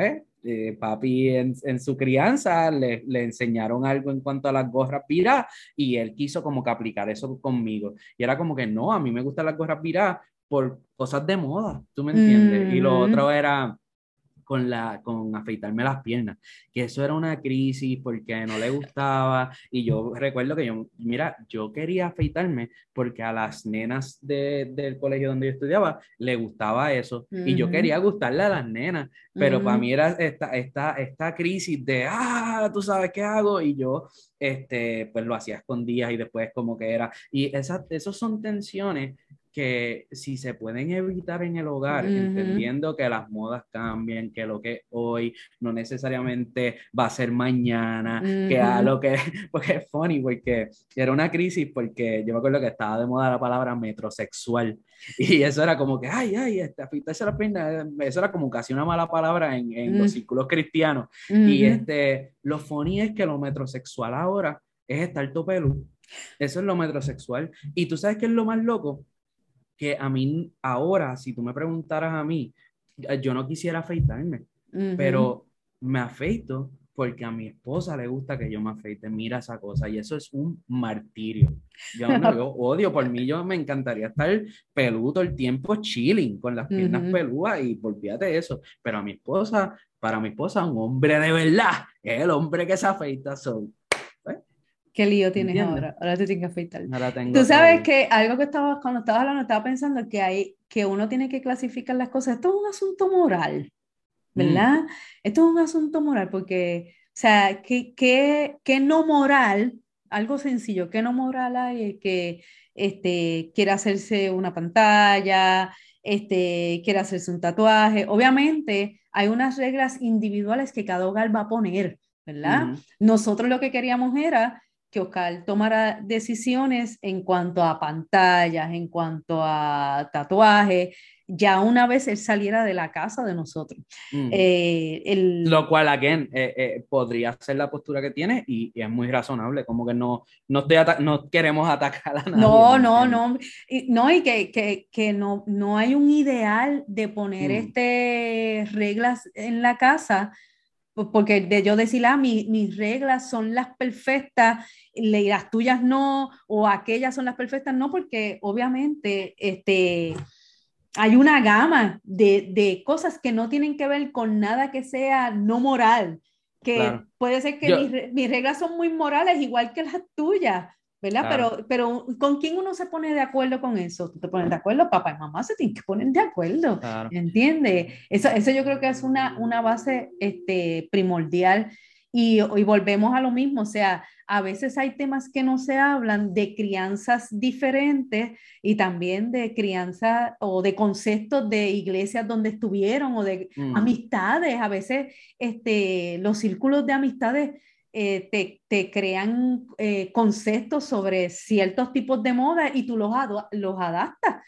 eh, papi en, en su crianza le, le enseñaron algo en cuanto a las gorras viradas y él quiso como que aplicar eso conmigo. Y era como que no, a mí me gustan las gorras viradas por cosas de moda, ¿tú me entiendes? Y lo Ujú, otro era con, la, con afeitarme las piernas, que eso era una crisis porque no le gustaba y yo recuerdo que yo, mira, yo quería afeitarme porque a las nenas de, del colegio donde yo estudiaba le gustaba eso y yo ujú, quería gustarle a las nenas, pero para mí ujú, era esta, esta, esta crisis de, ah, tú sabes qué hago y yo, este, pues lo hacía a escondidas y después como que era, y esas, esos son tensiones que si se pueden evitar en el hogar, ujú, entendiendo que las modas cambian, que lo que es hoy no necesariamente va a ser mañana, que a ujú, lo que, porque es funny, porque era una crisis, porque yo me acuerdo que estaba de moda la palabra metrosexual, y eso era como que, ay, ay, este, afeitarse la pierna, eso era como casi una mala palabra en, en los ujú, círculos cristianos, y ujú. este, lo funny es que lo metrosexual ahora es estar topelu, eso es lo metrosexual, y tú sabes qué es lo más loco, que a mí ahora, si tú me preguntaras a mí, yo no quisiera afeitarme, Ujú. pero me afeito porque a mi esposa le gusta que yo me afeite. Mira esa cosa, y eso es un martirio. Yo no, yo odio por mí, yo me encantaría estar peludo todo el tiempo, chilling, con las piernas Ujú. peludas y olvídate de eso. Pero a mi esposa, para mi esposa, un hombre de verdad es el hombre que se afeita. So, ¿eh? ¿Qué lío tienes ¿Entiendes? ahora? Ahora te tienes que afeitar. Ahora Y tengo tú otro sabes lío. que algo que estaba, cuando estabas hablando, estaba pensando que hay, que uno tiene que clasificar las cosas. Esto es un asunto moral, Mm, ¿verdad? Esto es un asunto moral porque, o sea, ¿qué, qué, qué no moral? Algo sencillo, ¿qué no moral hay? El que este, quiera hacerse una pantalla, este, quiera hacerse un tatuaje. Obviamente, hay unas reglas individuales que cada hogar va a poner, ¿verdad? ujú. Nosotros lo que queríamos era que Oscar tomara decisiones en cuanto a pantallas, en cuanto a tatuajes, ya una vez él saliera de la casa de nosotros. Mm. Eh, el, Lo cual, again, eh, eh, podría ser la postura que tiene y, y es muy razonable, como que no, no, estoy ata- no queremos atacar a nadie, ¿me no, no, entiendes? no, y, no, y que, que, que no, no hay un ideal de poner Mm, este, reglas en la casa, pues, porque de yo decir, ah, mi- mis reglas son las perfectas y las tuyas no, o aquellas son las perfectas, no, porque obviamente este, hay una gama de, de cosas que no tienen que ver con nada que sea no moral, que claro. puede ser que mis, Yo, re- mis reglas son muy morales, igual que las tuyas, ¿verdad? claro, Pero, pero ¿con quién uno se pone de acuerdo con eso? ¿Tú te pones de acuerdo? Papá y mamá se tienen que poner de acuerdo, claro. ¿entiendes? Eso, eso yo creo que es una, una base este, primordial y, y volvemos a lo mismo, o sea, a veces hay temas que no se hablan de crianzas diferentes y también de crianza o de conceptos de iglesias donde estuvieron o de Mm, amistades. A veces este, los círculos de amistades eh, te, te, crean eh, conceptos sobre ciertos tipos de moda y tú los, ad los adaptas.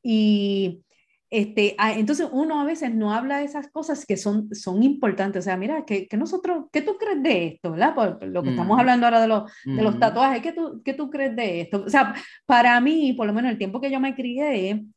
Y este, a, entonces uno a veces no habla de esas cosas que son, son importantes. O sea, mira, que, que nosotros, ¿qué tú crees de esto? ¿Verdad? Por, por lo que estamos mm, hablando ahora de los, de los mm, tatuajes, ¿qué tú, qué tú crees de esto? O sea, para mí, por lo menos el tiempo que yo me crié,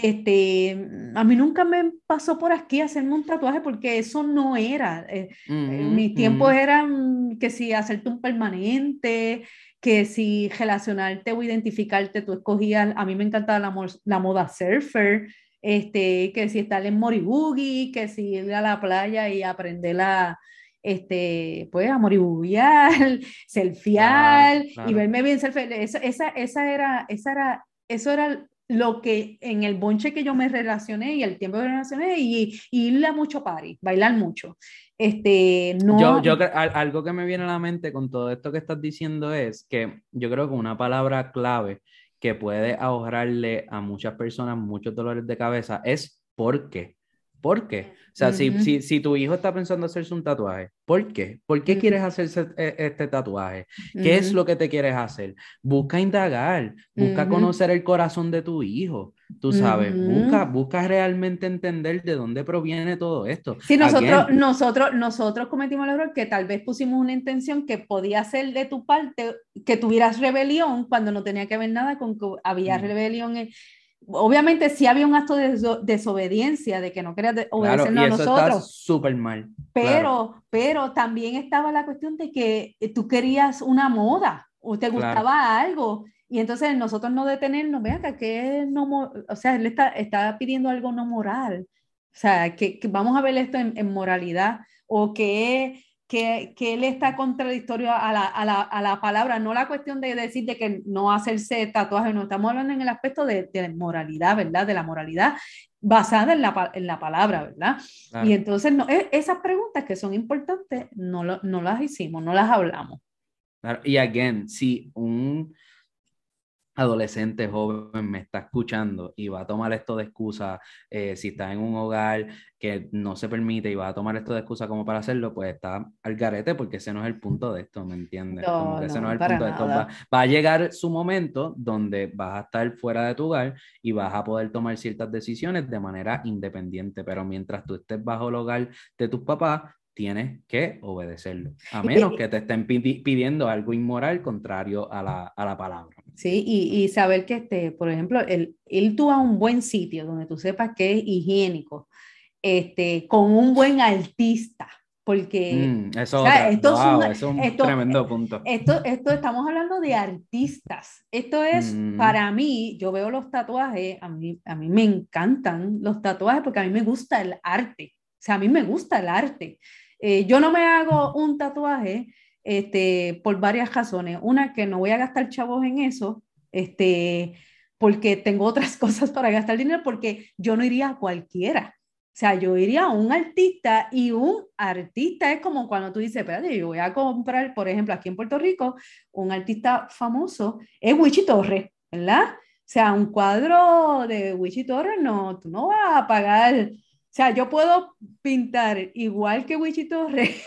este, a mí nunca me pasó por aquí hacerme un tatuaje porque eso no era. Eh, eh, mm, mis tiempos mm, eran que si hacerte un permanente, que si relacionarte o identificarte, tú escogías, a mí me encantaba la, mo la moda surfer, este, que si estar en Moribugi, que si ir a la playa y aprender a, este, pues a moribuguear, claro, selfiear y claro. verme bien selfie. Esa, esa, esa era, esa era, eso era lo que en el bonche que yo me relacioné y el tiempo que me relacioné y, y ir a mucho party, bailar mucho. Este, Yo, no, yo, cre- al- algo que me viene a la mente con todo esto que estás diciendo es que yo creo que una palabra clave que puede ahorrarle a muchas personas muchos dolores de cabeza es ¿por qué? ¿Por qué? O sea, si, uh si, si tu hijo está pensando hacerse un tatuaje, ¿por qué? ¿Por qué quieres -huh, hacerse e- este tatuaje? uh ¿Qué es -huh, lo que te quieres hacer? Busca indagar, uh busca -huh, conocer el corazón de tu hijo, tú uh sabes, busca, -huh. busca realmente entender de dónde proviene todo esto. Sí, nosotros, Again, nosotros, nosotros cometimos el error que tal vez pusimos una intención que podía ser de tu parte, que tuvieras rebelión cuando no tenía que ver nada con que había mm, rebelión. obviamente sí había un acto de deso- desobediencia, de que no querías de- Claro, obedecernos y a eso está nosotros, súper mal, claro, pero, pero también estaba la cuestión de que eh, tú querías una moda o te claro. gustaba algo. Y entonces nosotros no detenernos, vean que que no, mo- o sea, él está, está pidiendo algo no moral. O sea, que, que vamos a ver esto en, en moralidad o que, que, que él está contradictorio a la, a la, a la palabra, no la cuestión de decir de que no hacerse tatuajes, no estamos hablando en el aspecto de, de moralidad, ¿verdad? De la moralidad basada en la, pa- en la palabra, ¿verdad? Y Claro. entonces no, e- esas preguntas que son importantes no, lo- no las hicimos, no las hablamos. Claro. Y again, si un adolescente joven me está escuchando y va a tomar esto de excusa, eh, si está en un hogar que no se permite y va a tomar esto de excusa como para hacerlo, pues está al garete porque ese no es el punto de esto, ¿me entiendes? Como No, que ese no es no, el para punto de esto. Va, nada. va a llegar su momento donde vas a estar fuera de tu hogar y vas a poder tomar ciertas decisiones de manera independiente, pero mientras tú estés bajo el hogar de tus papás, tienes que obedecerlo, a menos que Y- te estén pidi- pidiendo algo inmoral contrario a la, a la palabra. ¿Me sí, entiendes? y, y saber que, este, por ejemplo, el ir tú a un buen sitio donde tú sepas que es higiénico, este, con un buen artista, porque, Mm, eso es o sea, otra. estos son, Wow, eso es un esto, tremendo punto. esto, esto, estamos hablando de artistas. Esto es, Mm, para mí, yo veo los tatuajes, a mí, a mí me encantan los tatuajes porque a mí me gusta el arte, o sea, a mí me gusta el arte. Eh, yo no me hago un tatuaje este, por varias razones. Una, que no voy a gastar chavos en eso, este, porque tengo otras cosas para gastar dinero, porque yo no iría a cualquiera. O sea, yo iría a un artista y un artista es como cuando tú dices, espérate, yo voy a comprar, por ejemplo, aquí en Puerto Rico, un artista famoso es Wichi Torres, ¿verdad? O sea, un cuadro de Wichi Torres, no, tú no vas a pagar. O sea, yo puedo pintar igual que Wichi Torres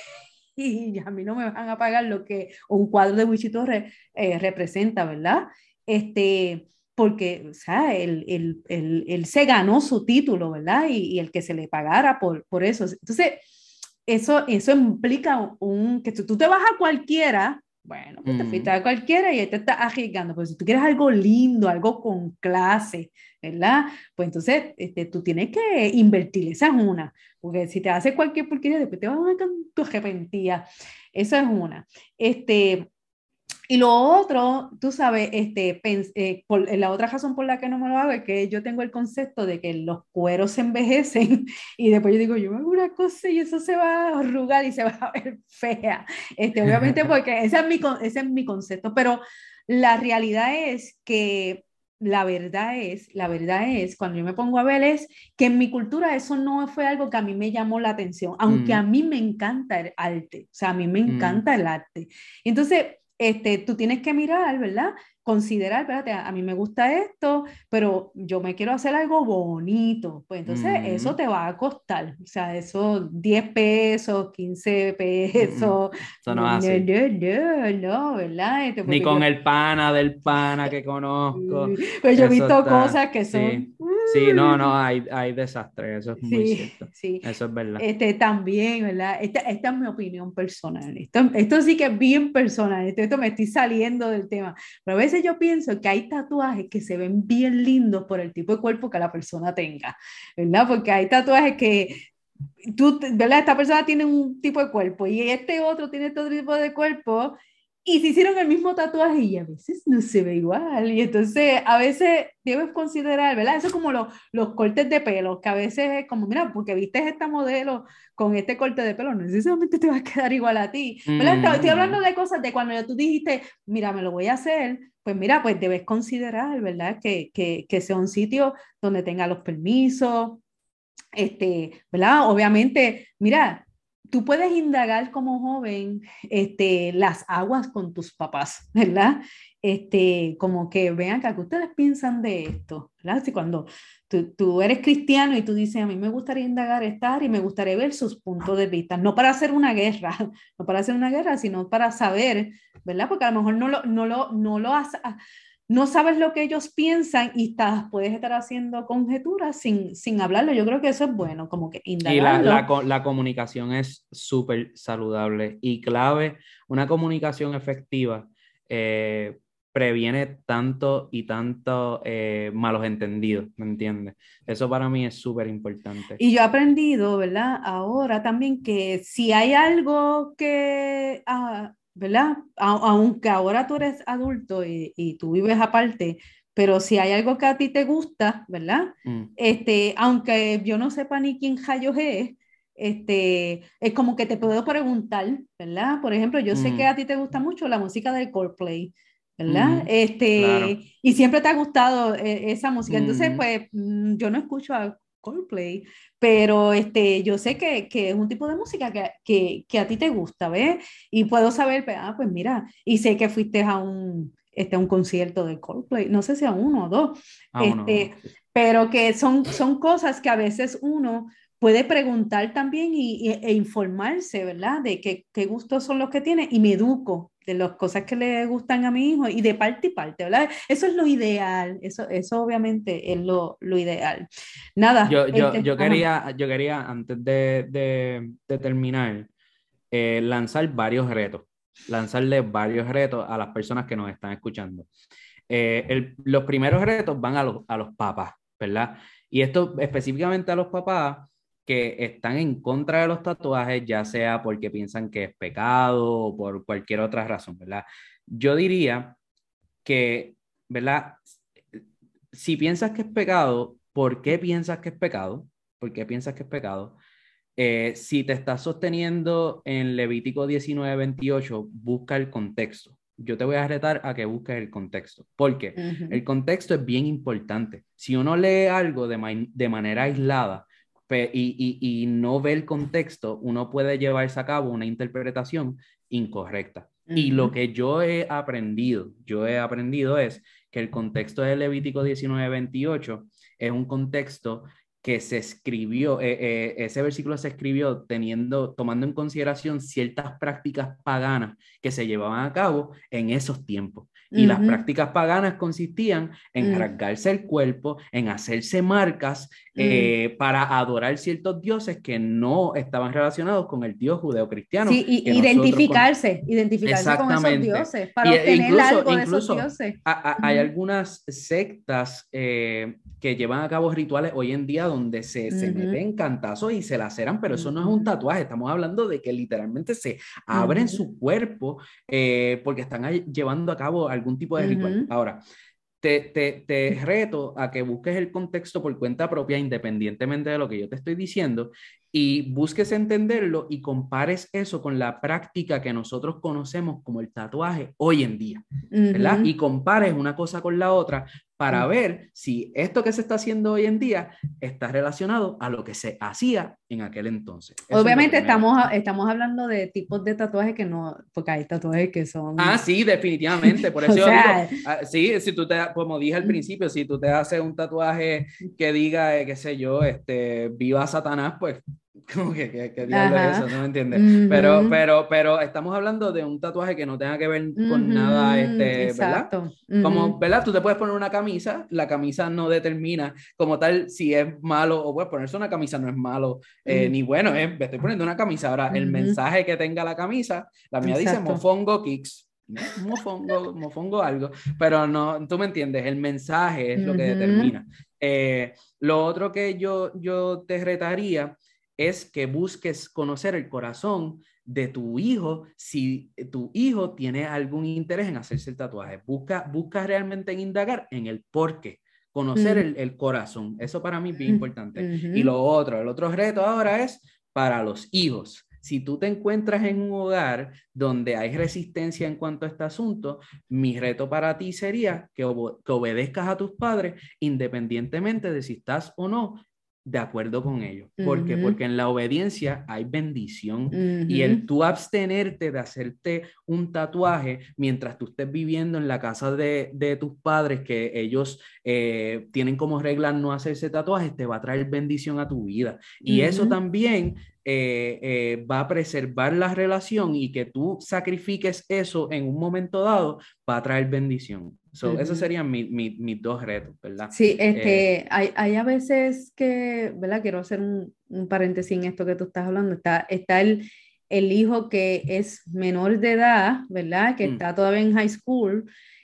y a mí no me van a pagar lo que un cuadro de Wichi Torres eh, representa, ¿verdad? Este, porque, o sea, él, él, él, él se ganó su título, ¿verdad? Y, y, el que se le pagara por, por eso. Entonces, eso, eso implica un, que tú, tú te vas a cualquiera, bueno, pues te fuiste mm, a cualquiera y ahí te estás arriesgando, pero si tú quieres algo lindo, algo con clase, ¿verdad? Pues entonces este, tú tienes que invertir, esa es una, porque si te haces cualquier porquería, después te vas a dar tu arrepentía, esa es una. Este, y lo otro, tú sabes, este, pens- eh, por, eh, la otra razón por la que no me lo hago es que yo tengo el concepto de que los cueros se envejecen y después yo digo, yo me hago una cosa y eso se va a arrugar y se va a ver fea. Este, obviamente porque ese es mi, con- ese es mi concepto, pero la realidad es que la verdad es, la verdad es, cuando yo me pongo a ver es que en mi cultura eso no fue algo que a mí me llamó la atención, aunque a mm, mí me encanta el arte, o sea, a mí me mm. encanta el arte. Entonces, este, tú tienes que mirar, ¿verdad? Considerar, espérate, a, a mí me gusta esto, pero yo me quiero hacer algo bonito. Pues entonces eso Mm, te va a costar. O sea, eso diez pesos, quince mm, mm. pesos. Eso no No, es no, así. no, no, no, ¿verdad? Este, Ni porque yo, con el pana del pana que conozco. pues yo he Eso visto está, cosas que sí. son... Sí, no, no, hay, hay desastre. Eso es muy Sí, cierto. sí, Eso es verdad. este también, ¿verdad? Esta, esta es mi opinión personal. Esto, esto sí que es bien personal. Esto, esto me estoy saliendo del tema. Pero a veces yo pienso que hay tatuajes que se ven bien lindos por el tipo de cuerpo que la persona tenga, ¿verdad? Porque hay tatuajes que tú, ¿verdad? Esta persona tiene un tipo de cuerpo y este otro tiene otro tipo de cuerpo y se hicieron el mismo tatuaje y a veces no se ve igual. Y entonces a veces debes considerar, ¿verdad? Eso es como los, los cortes de pelo, que a veces es como, mira, porque viste esta modelo con este corte de pelo, no necesariamente te va a quedar igual a ti, ¿verdad? Estoy, estoy hablando Mm, de cosas de cuando tú dijiste, mira, me lo voy a hacer. Pues mira, pues debes considerar, ¿verdad? Que, que, que sea un sitio donde tenga los permisos, este, ¿verdad? Obviamente, mira, tú puedes indagar como joven este, las aguas con tus papás, ¿verdad? Este, como que vean que, ¿qué ustedes piensan de esto? ¿Verdad? Si cuando tú, tú eres cristiano y tú dices, a mí me gustaría indagar estar y me gustaría ver sus puntos de vista, no para hacer una guerra, no para hacer una guerra, sino para saber, ¿verdad? Porque a lo mejor no lo, no lo, no lo has, no sabes lo que ellos piensan y estás, puedes estar haciendo conjeturas sin, sin hablarlo. Yo creo que eso es bueno, como que y la, la, indagarlo. co- la comunicación es súper saludable y clave. Una comunicación efectiva. eh, previene tanto y tanto eh, malos entendidos, ¿me entiendes? Eso para mí es súper importante. Y yo he aprendido, ¿verdad? Ahora también que si hay algo que, ah, ¿verdad? A- aunque ahora tú eres adulto y, y tú vives aparte, pero si hay algo que a ti te gusta, ¿verdad? Mm, Este, aunque yo no sepa ni quién rayos es, este, es como que te puedo preguntar, ¿verdad? Por ejemplo, yo sé que mm, a ti te gusta mucho la música de Coldplay. ¿Verdad? mm, claro. Este, y siempre te ha gustado eh, esa música. Entonces, Ujú. pues mm, yo no escucho a Coldplay, pero este, yo sé que, que es un tipo de música que, que, que a ti te gusta, ¿ves? Y puedo saber, pues, ah, pues mira, y sé que fuiste a un, este, a un concierto de Coldplay, no sé si a uno o dos, Ah, uno, uno, este, sí. pero que son, son cosas que a veces uno puede preguntar también y, y- e informarse, ¿verdad? De qué, qué gustos son los que tiene y me educo de las cosas que le gustan a mi hijo y de parte y parte, ¿verdad? Eso es lo ideal, eso, eso obviamente es lo, lo ideal. Nada, Yo, yo, este, yo ajá. quería, yo quería, antes de, de, de terminar, eh, lanzar varios retos, lanzarle varios retos a las personas que nos están escuchando. Eh, el- los primeros retos van a los, a los papás, ¿verdad? Y esto específicamente a los papás que están en contra de los tatuajes, ya sea porque piensan que es pecado o por cualquier otra razón, ¿verdad? Yo diría que, ¿verdad? Si piensas que es pecado, ¿por qué piensas que es pecado? ¿Por qué piensas que es pecado? Eh, si te estás sosteniendo en Levítico diecinueve veintiocho, busca el contexto. Yo te voy a retar a que busques el contexto, porque el Ujú, contexto es bien importante. Si uno lee algo de, ma de manera aislada pe y, y, y no ve el contexto, uno puede llevarse a cabo una interpretación incorrecta. Y lo ujú, que yo he aprendido, yo he aprendido es que el contexto de Levítico diecinueve veintiocho es un contexto que se escribió, eh, eh, ese versículo se escribió teniendo, tomando en consideración ciertas prácticas paganas que se llevaban a cabo en esos tiempos. Y las ujú, prácticas paganas consistían en ujú, rasgarse el cuerpo, en hacerse marcas ujú. eh, para adorar ciertos dioses que no estaban relacionados con el Dios judeocristiano Sí, y que nosotros con... identificarse, identificarse con esos Exactamente. dioses Y, para e obtener incluso, algo de esos incluso dioses. a- a- hay Ujú, algunas sectas eh, que llevan a cabo rituales hoy en día donde se, se ujú, meten cantazos y se laceran, pero eso no es un ujú, tatuaje, estamos hablando de que literalmente se abren ujú, su cuerpo eh, porque están ahí llevando a cabo algún tipo de ritual. ujú. Ahora, te, te, te reto a que busques el contexto por cuenta propia, independientemente de lo que yo te estoy diciendo, y busques entenderlo y compares eso con la práctica que nosotros conocemos como el tatuaje hoy en día, ¿verdad? Y Ujú, compares una cosa con la otra para ujú. ver si esto que se está haciendo hoy en día está relacionado a lo que se hacía en aquel entonces. Eso es lo Obviamente primero. estamos, estamos hablando de tipos de tatuajes que no, porque hay tatuajes que Ah, son, sí, definitivamente. Por o eso yo digo, sea, ah, sí, si tú te, como dije al principio, si tú te haces un tatuaje que diga, eh, qué sé yo, este, viva Satanás, pues, como que, ¿qué, qué diablo es ajá, eso? ¿No me entiendes? Pero, ujú, pero, pero estamos hablando de un tatuaje que no tenga que ver con nada, ujú, este, ¿verdad? exacto, Como, ujú, ¿verdad? Tú te puedes poner una camisa, la camisa no determina como tal si es malo o puedes ponerse una camisa no es malo eh, ujú, ni bueno, es, me estoy poniendo una camisa. Ahora, el ujú, mensaje que tenga la camisa, la mía dice exacto. Mofongo Kicks, ¿no? Mofongo, mofongo algo, pero no, tú me entiendes, el mensaje es lo que Ujú, determina. Eh, lo otro que yo, yo te retaría es que busques conocer el corazón de tu hijo si tu hijo tiene algún interés en hacerse el tatuaje. Busca, busca realmente en indagar en el por qué, conocer ujú, el, el corazón. Eso para mí es bien importante. Y ujú, lo otro, el otro reto ahora es para los hijos. Si tú te encuentras en un hogar donde hay resistencia en cuanto a este asunto, mi reto para ti sería que, ob que obedezcas a tus padres independientemente de si estás o no de acuerdo con ellos. ¿Por qué? ujú, Porque en la obediencia hay bendición y el ujú, tú abstenerte de hacerte un tatuaje mientras tú estés viviendo en la casa de, de tus padres, que ellos eh, tienen como regla no hacerse tatuajes, te va a traer bendición a tu vida. Y eso ujú, también eh, eh, va a preservar la relación y que tú sacrifiques eso en un momento dado va a traer bendición. So, esos ujú. serían mi, mi, mis dos retos, ¿verdad? Sí, Eh, este, hay, hay a veces que, ¿verdad? Quiero hacer un, un paréntesis en esto que tú estás hablando. Está, está el, el hijo que es menor de edad, ¿verdad? Que mm, está todavía en high school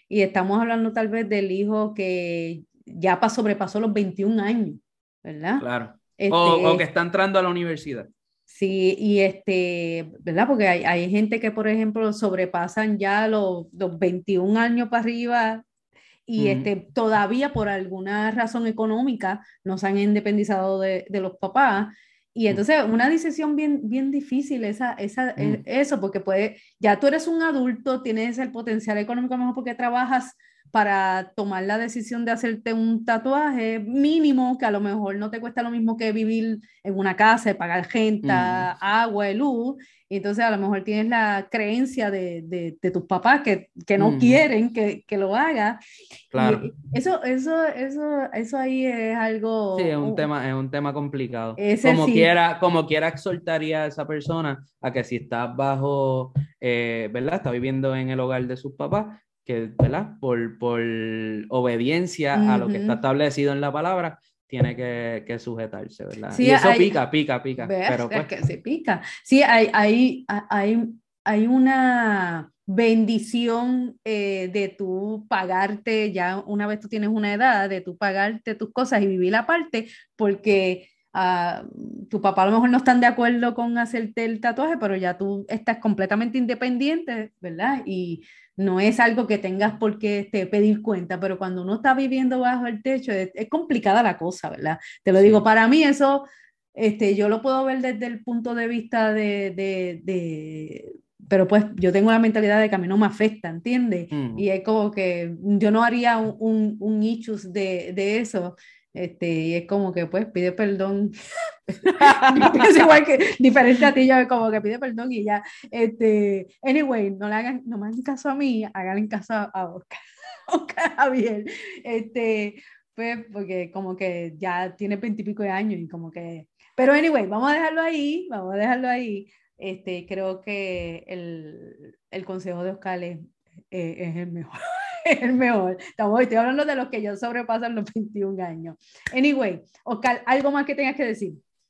y estamos hablando tal vez del hijo que ya pa- sobrepasó los veintiún años, ¿verdad? Claro. O, o que Este, está entrando a la universidad. sí, y este, ¿verdad? Porque hay, hay gente que, por ejemplo, sobrepasan ya los, los veintiún años para arriba y Ujú, este, todavía por alguna razón económica no se han independizado de, de los papás. Y ujú, entonces una decisión bien, bien difícil esa, esa, e- ujú, eso, porque puede, ya tú eres un adulto, tienes el potencial económico mejor porque trabajas para tomar la decisión de hacerte un tatuaje mínimo, que a lo mejor no te cuesta lo mismo que vivir en una casa, de pagar ujú. renta, agua, luz, y entonces a lo mejor tienes la creencia de, de, de tus papás que, que no Ujú, quieren que, que lo hagas. claro. Y eso, eso, eso, eso ahí es Sí, es algo, un uh, tema, es un tema complicado. ese Como sí. quiera, como quiera exhortaría a esa persona a que si está bajo, eh, ¿verdad? Está viviendo en el hogar de sus papás, que, ¿verdad? Por, por obediencia a lo que está Ujú. establecido en la palabra, tiene que, que sujetarse, ¿verdad? Sí, Y eso hay, pica, pica, pica, ves, pero es pues. que se pica. Sí, hay, hay, hay, hay una bendición eh, de tú pagarte, ya una vez tú tienes una edad, de tú pagarte tus cosas y vivir aparte, porque ah, tu papá a lo mejor no están de acuerdo con hacerte el tatuaje, pero ya tú estás completamente independiente, ¿verdad? Y no es algo que tengas por qué este, pedir cuenta, pero cuando uno está viviendo bajo el techo, es, es complicada la cosa, ¿verdad? Te lo digo, Sí. para mí eso este, yo lo puedo ver desde el punto de vista de, de, de, pero pues yo tengo la mentalidad de que a mí no me afecta, ¿entiendes? Mm. Y es como que yo no haría un, un, un issues de, de eso, este, y es como que pues pide perdón. Yo pienso igual que diferente a ti, yo como que pide perdón y ya, este, anyway, no le hagan, no me hagan caso a mí, hagan caso a, a Oscar, Oscar Javier, este, pues porque como que ya tiene veintipico de años y como que, pero anyway, vamos a dejarlo ahí, vamos a dejarlo ahí, este, creo que el, el consejo de Oscar es, eh, es el mejor. Es el mejor. Estamos, estoy hablando de los que ya sobrepasan los veintiún años. Anyway, Oscar, ¿algo más que tengas que decir?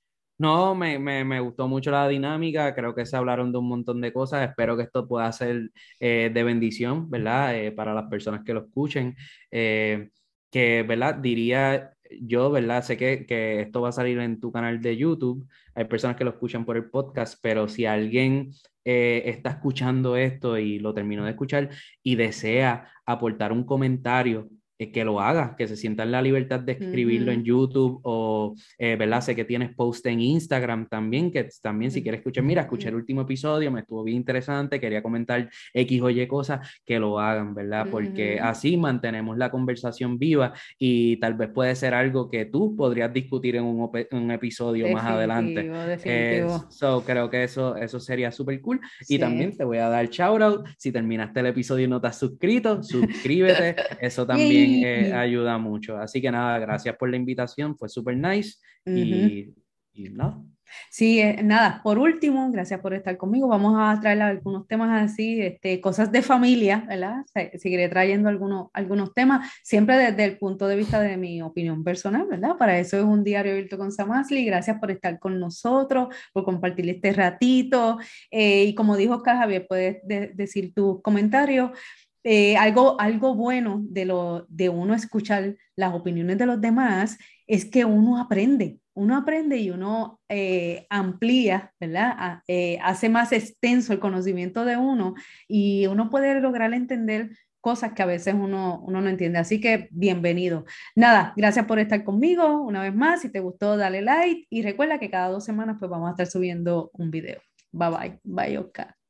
No, me, me, me gustó mucho la dinámica, creo que se hablaron de un montón de cosas, espero que esto pueda ser eh, de bendición, ¿verdad? Eh, para las personas que lo escuchen, eh, que, ¿verdad? Diría yo, ¿verdad? Sé que, que esto va a salir en tu canal de YouTube, hay personas que lo escuchan por el podcast, pero si alguien eh, está escuchando esto y lo terminó de escuchar y desea aportar un comentario, eh, que lo haga, que se sienta en la libertad de escribirlo en Ujú, YouTube o eh, ¿verdad? Sé que tienes post en Instagram también, que también si quieres escuchar, mira, escuché el ujú, último episodio, me estuvo bien interesante, quería comentar X o Y cosas, que lo hagan, ¿verdad? Porque ujú. así mantenemos la conversación viva y tal vez puede ser algo que tú podrías discutir en un, op- un episodio más adelante. Definitivo, Eh, definitivo. so, creo que eso, eso sería súper cool. Y también Sí. te voy a dar shout out. Si terminaste el episodio y no te has suscrito, suscríbete. Eso también eh, Yay. ayuda mucho. Así que nada, gracias por la invitación. Fue súper nice. Ujú. Y, y no, Sí, eh, nada, por último, gracias por estar conmigo. Vamos a traer algunos temas así, este, cosas de familia, ¿verdad? Se- Seguiré trayendo algunos, algunos temas, siempre desde el punto de vista de mi opinión personal, ¿verdad? Para eso es un diario abierto con Samasli. Gracias por estar con nosotros, por compartir este ratito. Eh, y como dijo Oscar Javier, puedes de- decir tus comentarios. Eh, algo, algo bueno de, lo, de uno escuchar las opiniones de los demás es que uno aprende, uno aprende y uno eh, amplía, ¿verdad? A- eh, hace más extenso el conocimiento de uno y uno puede lograr entender cosas que a veces uno, uno no entiende. Así que bienvenido. Nada, gracias por estar conmigo una vez más. Si te gustó, dale like y recuerda que cada dos semanas pues vamos a estar subiendo un video. Bye bye. Bye, Oscar.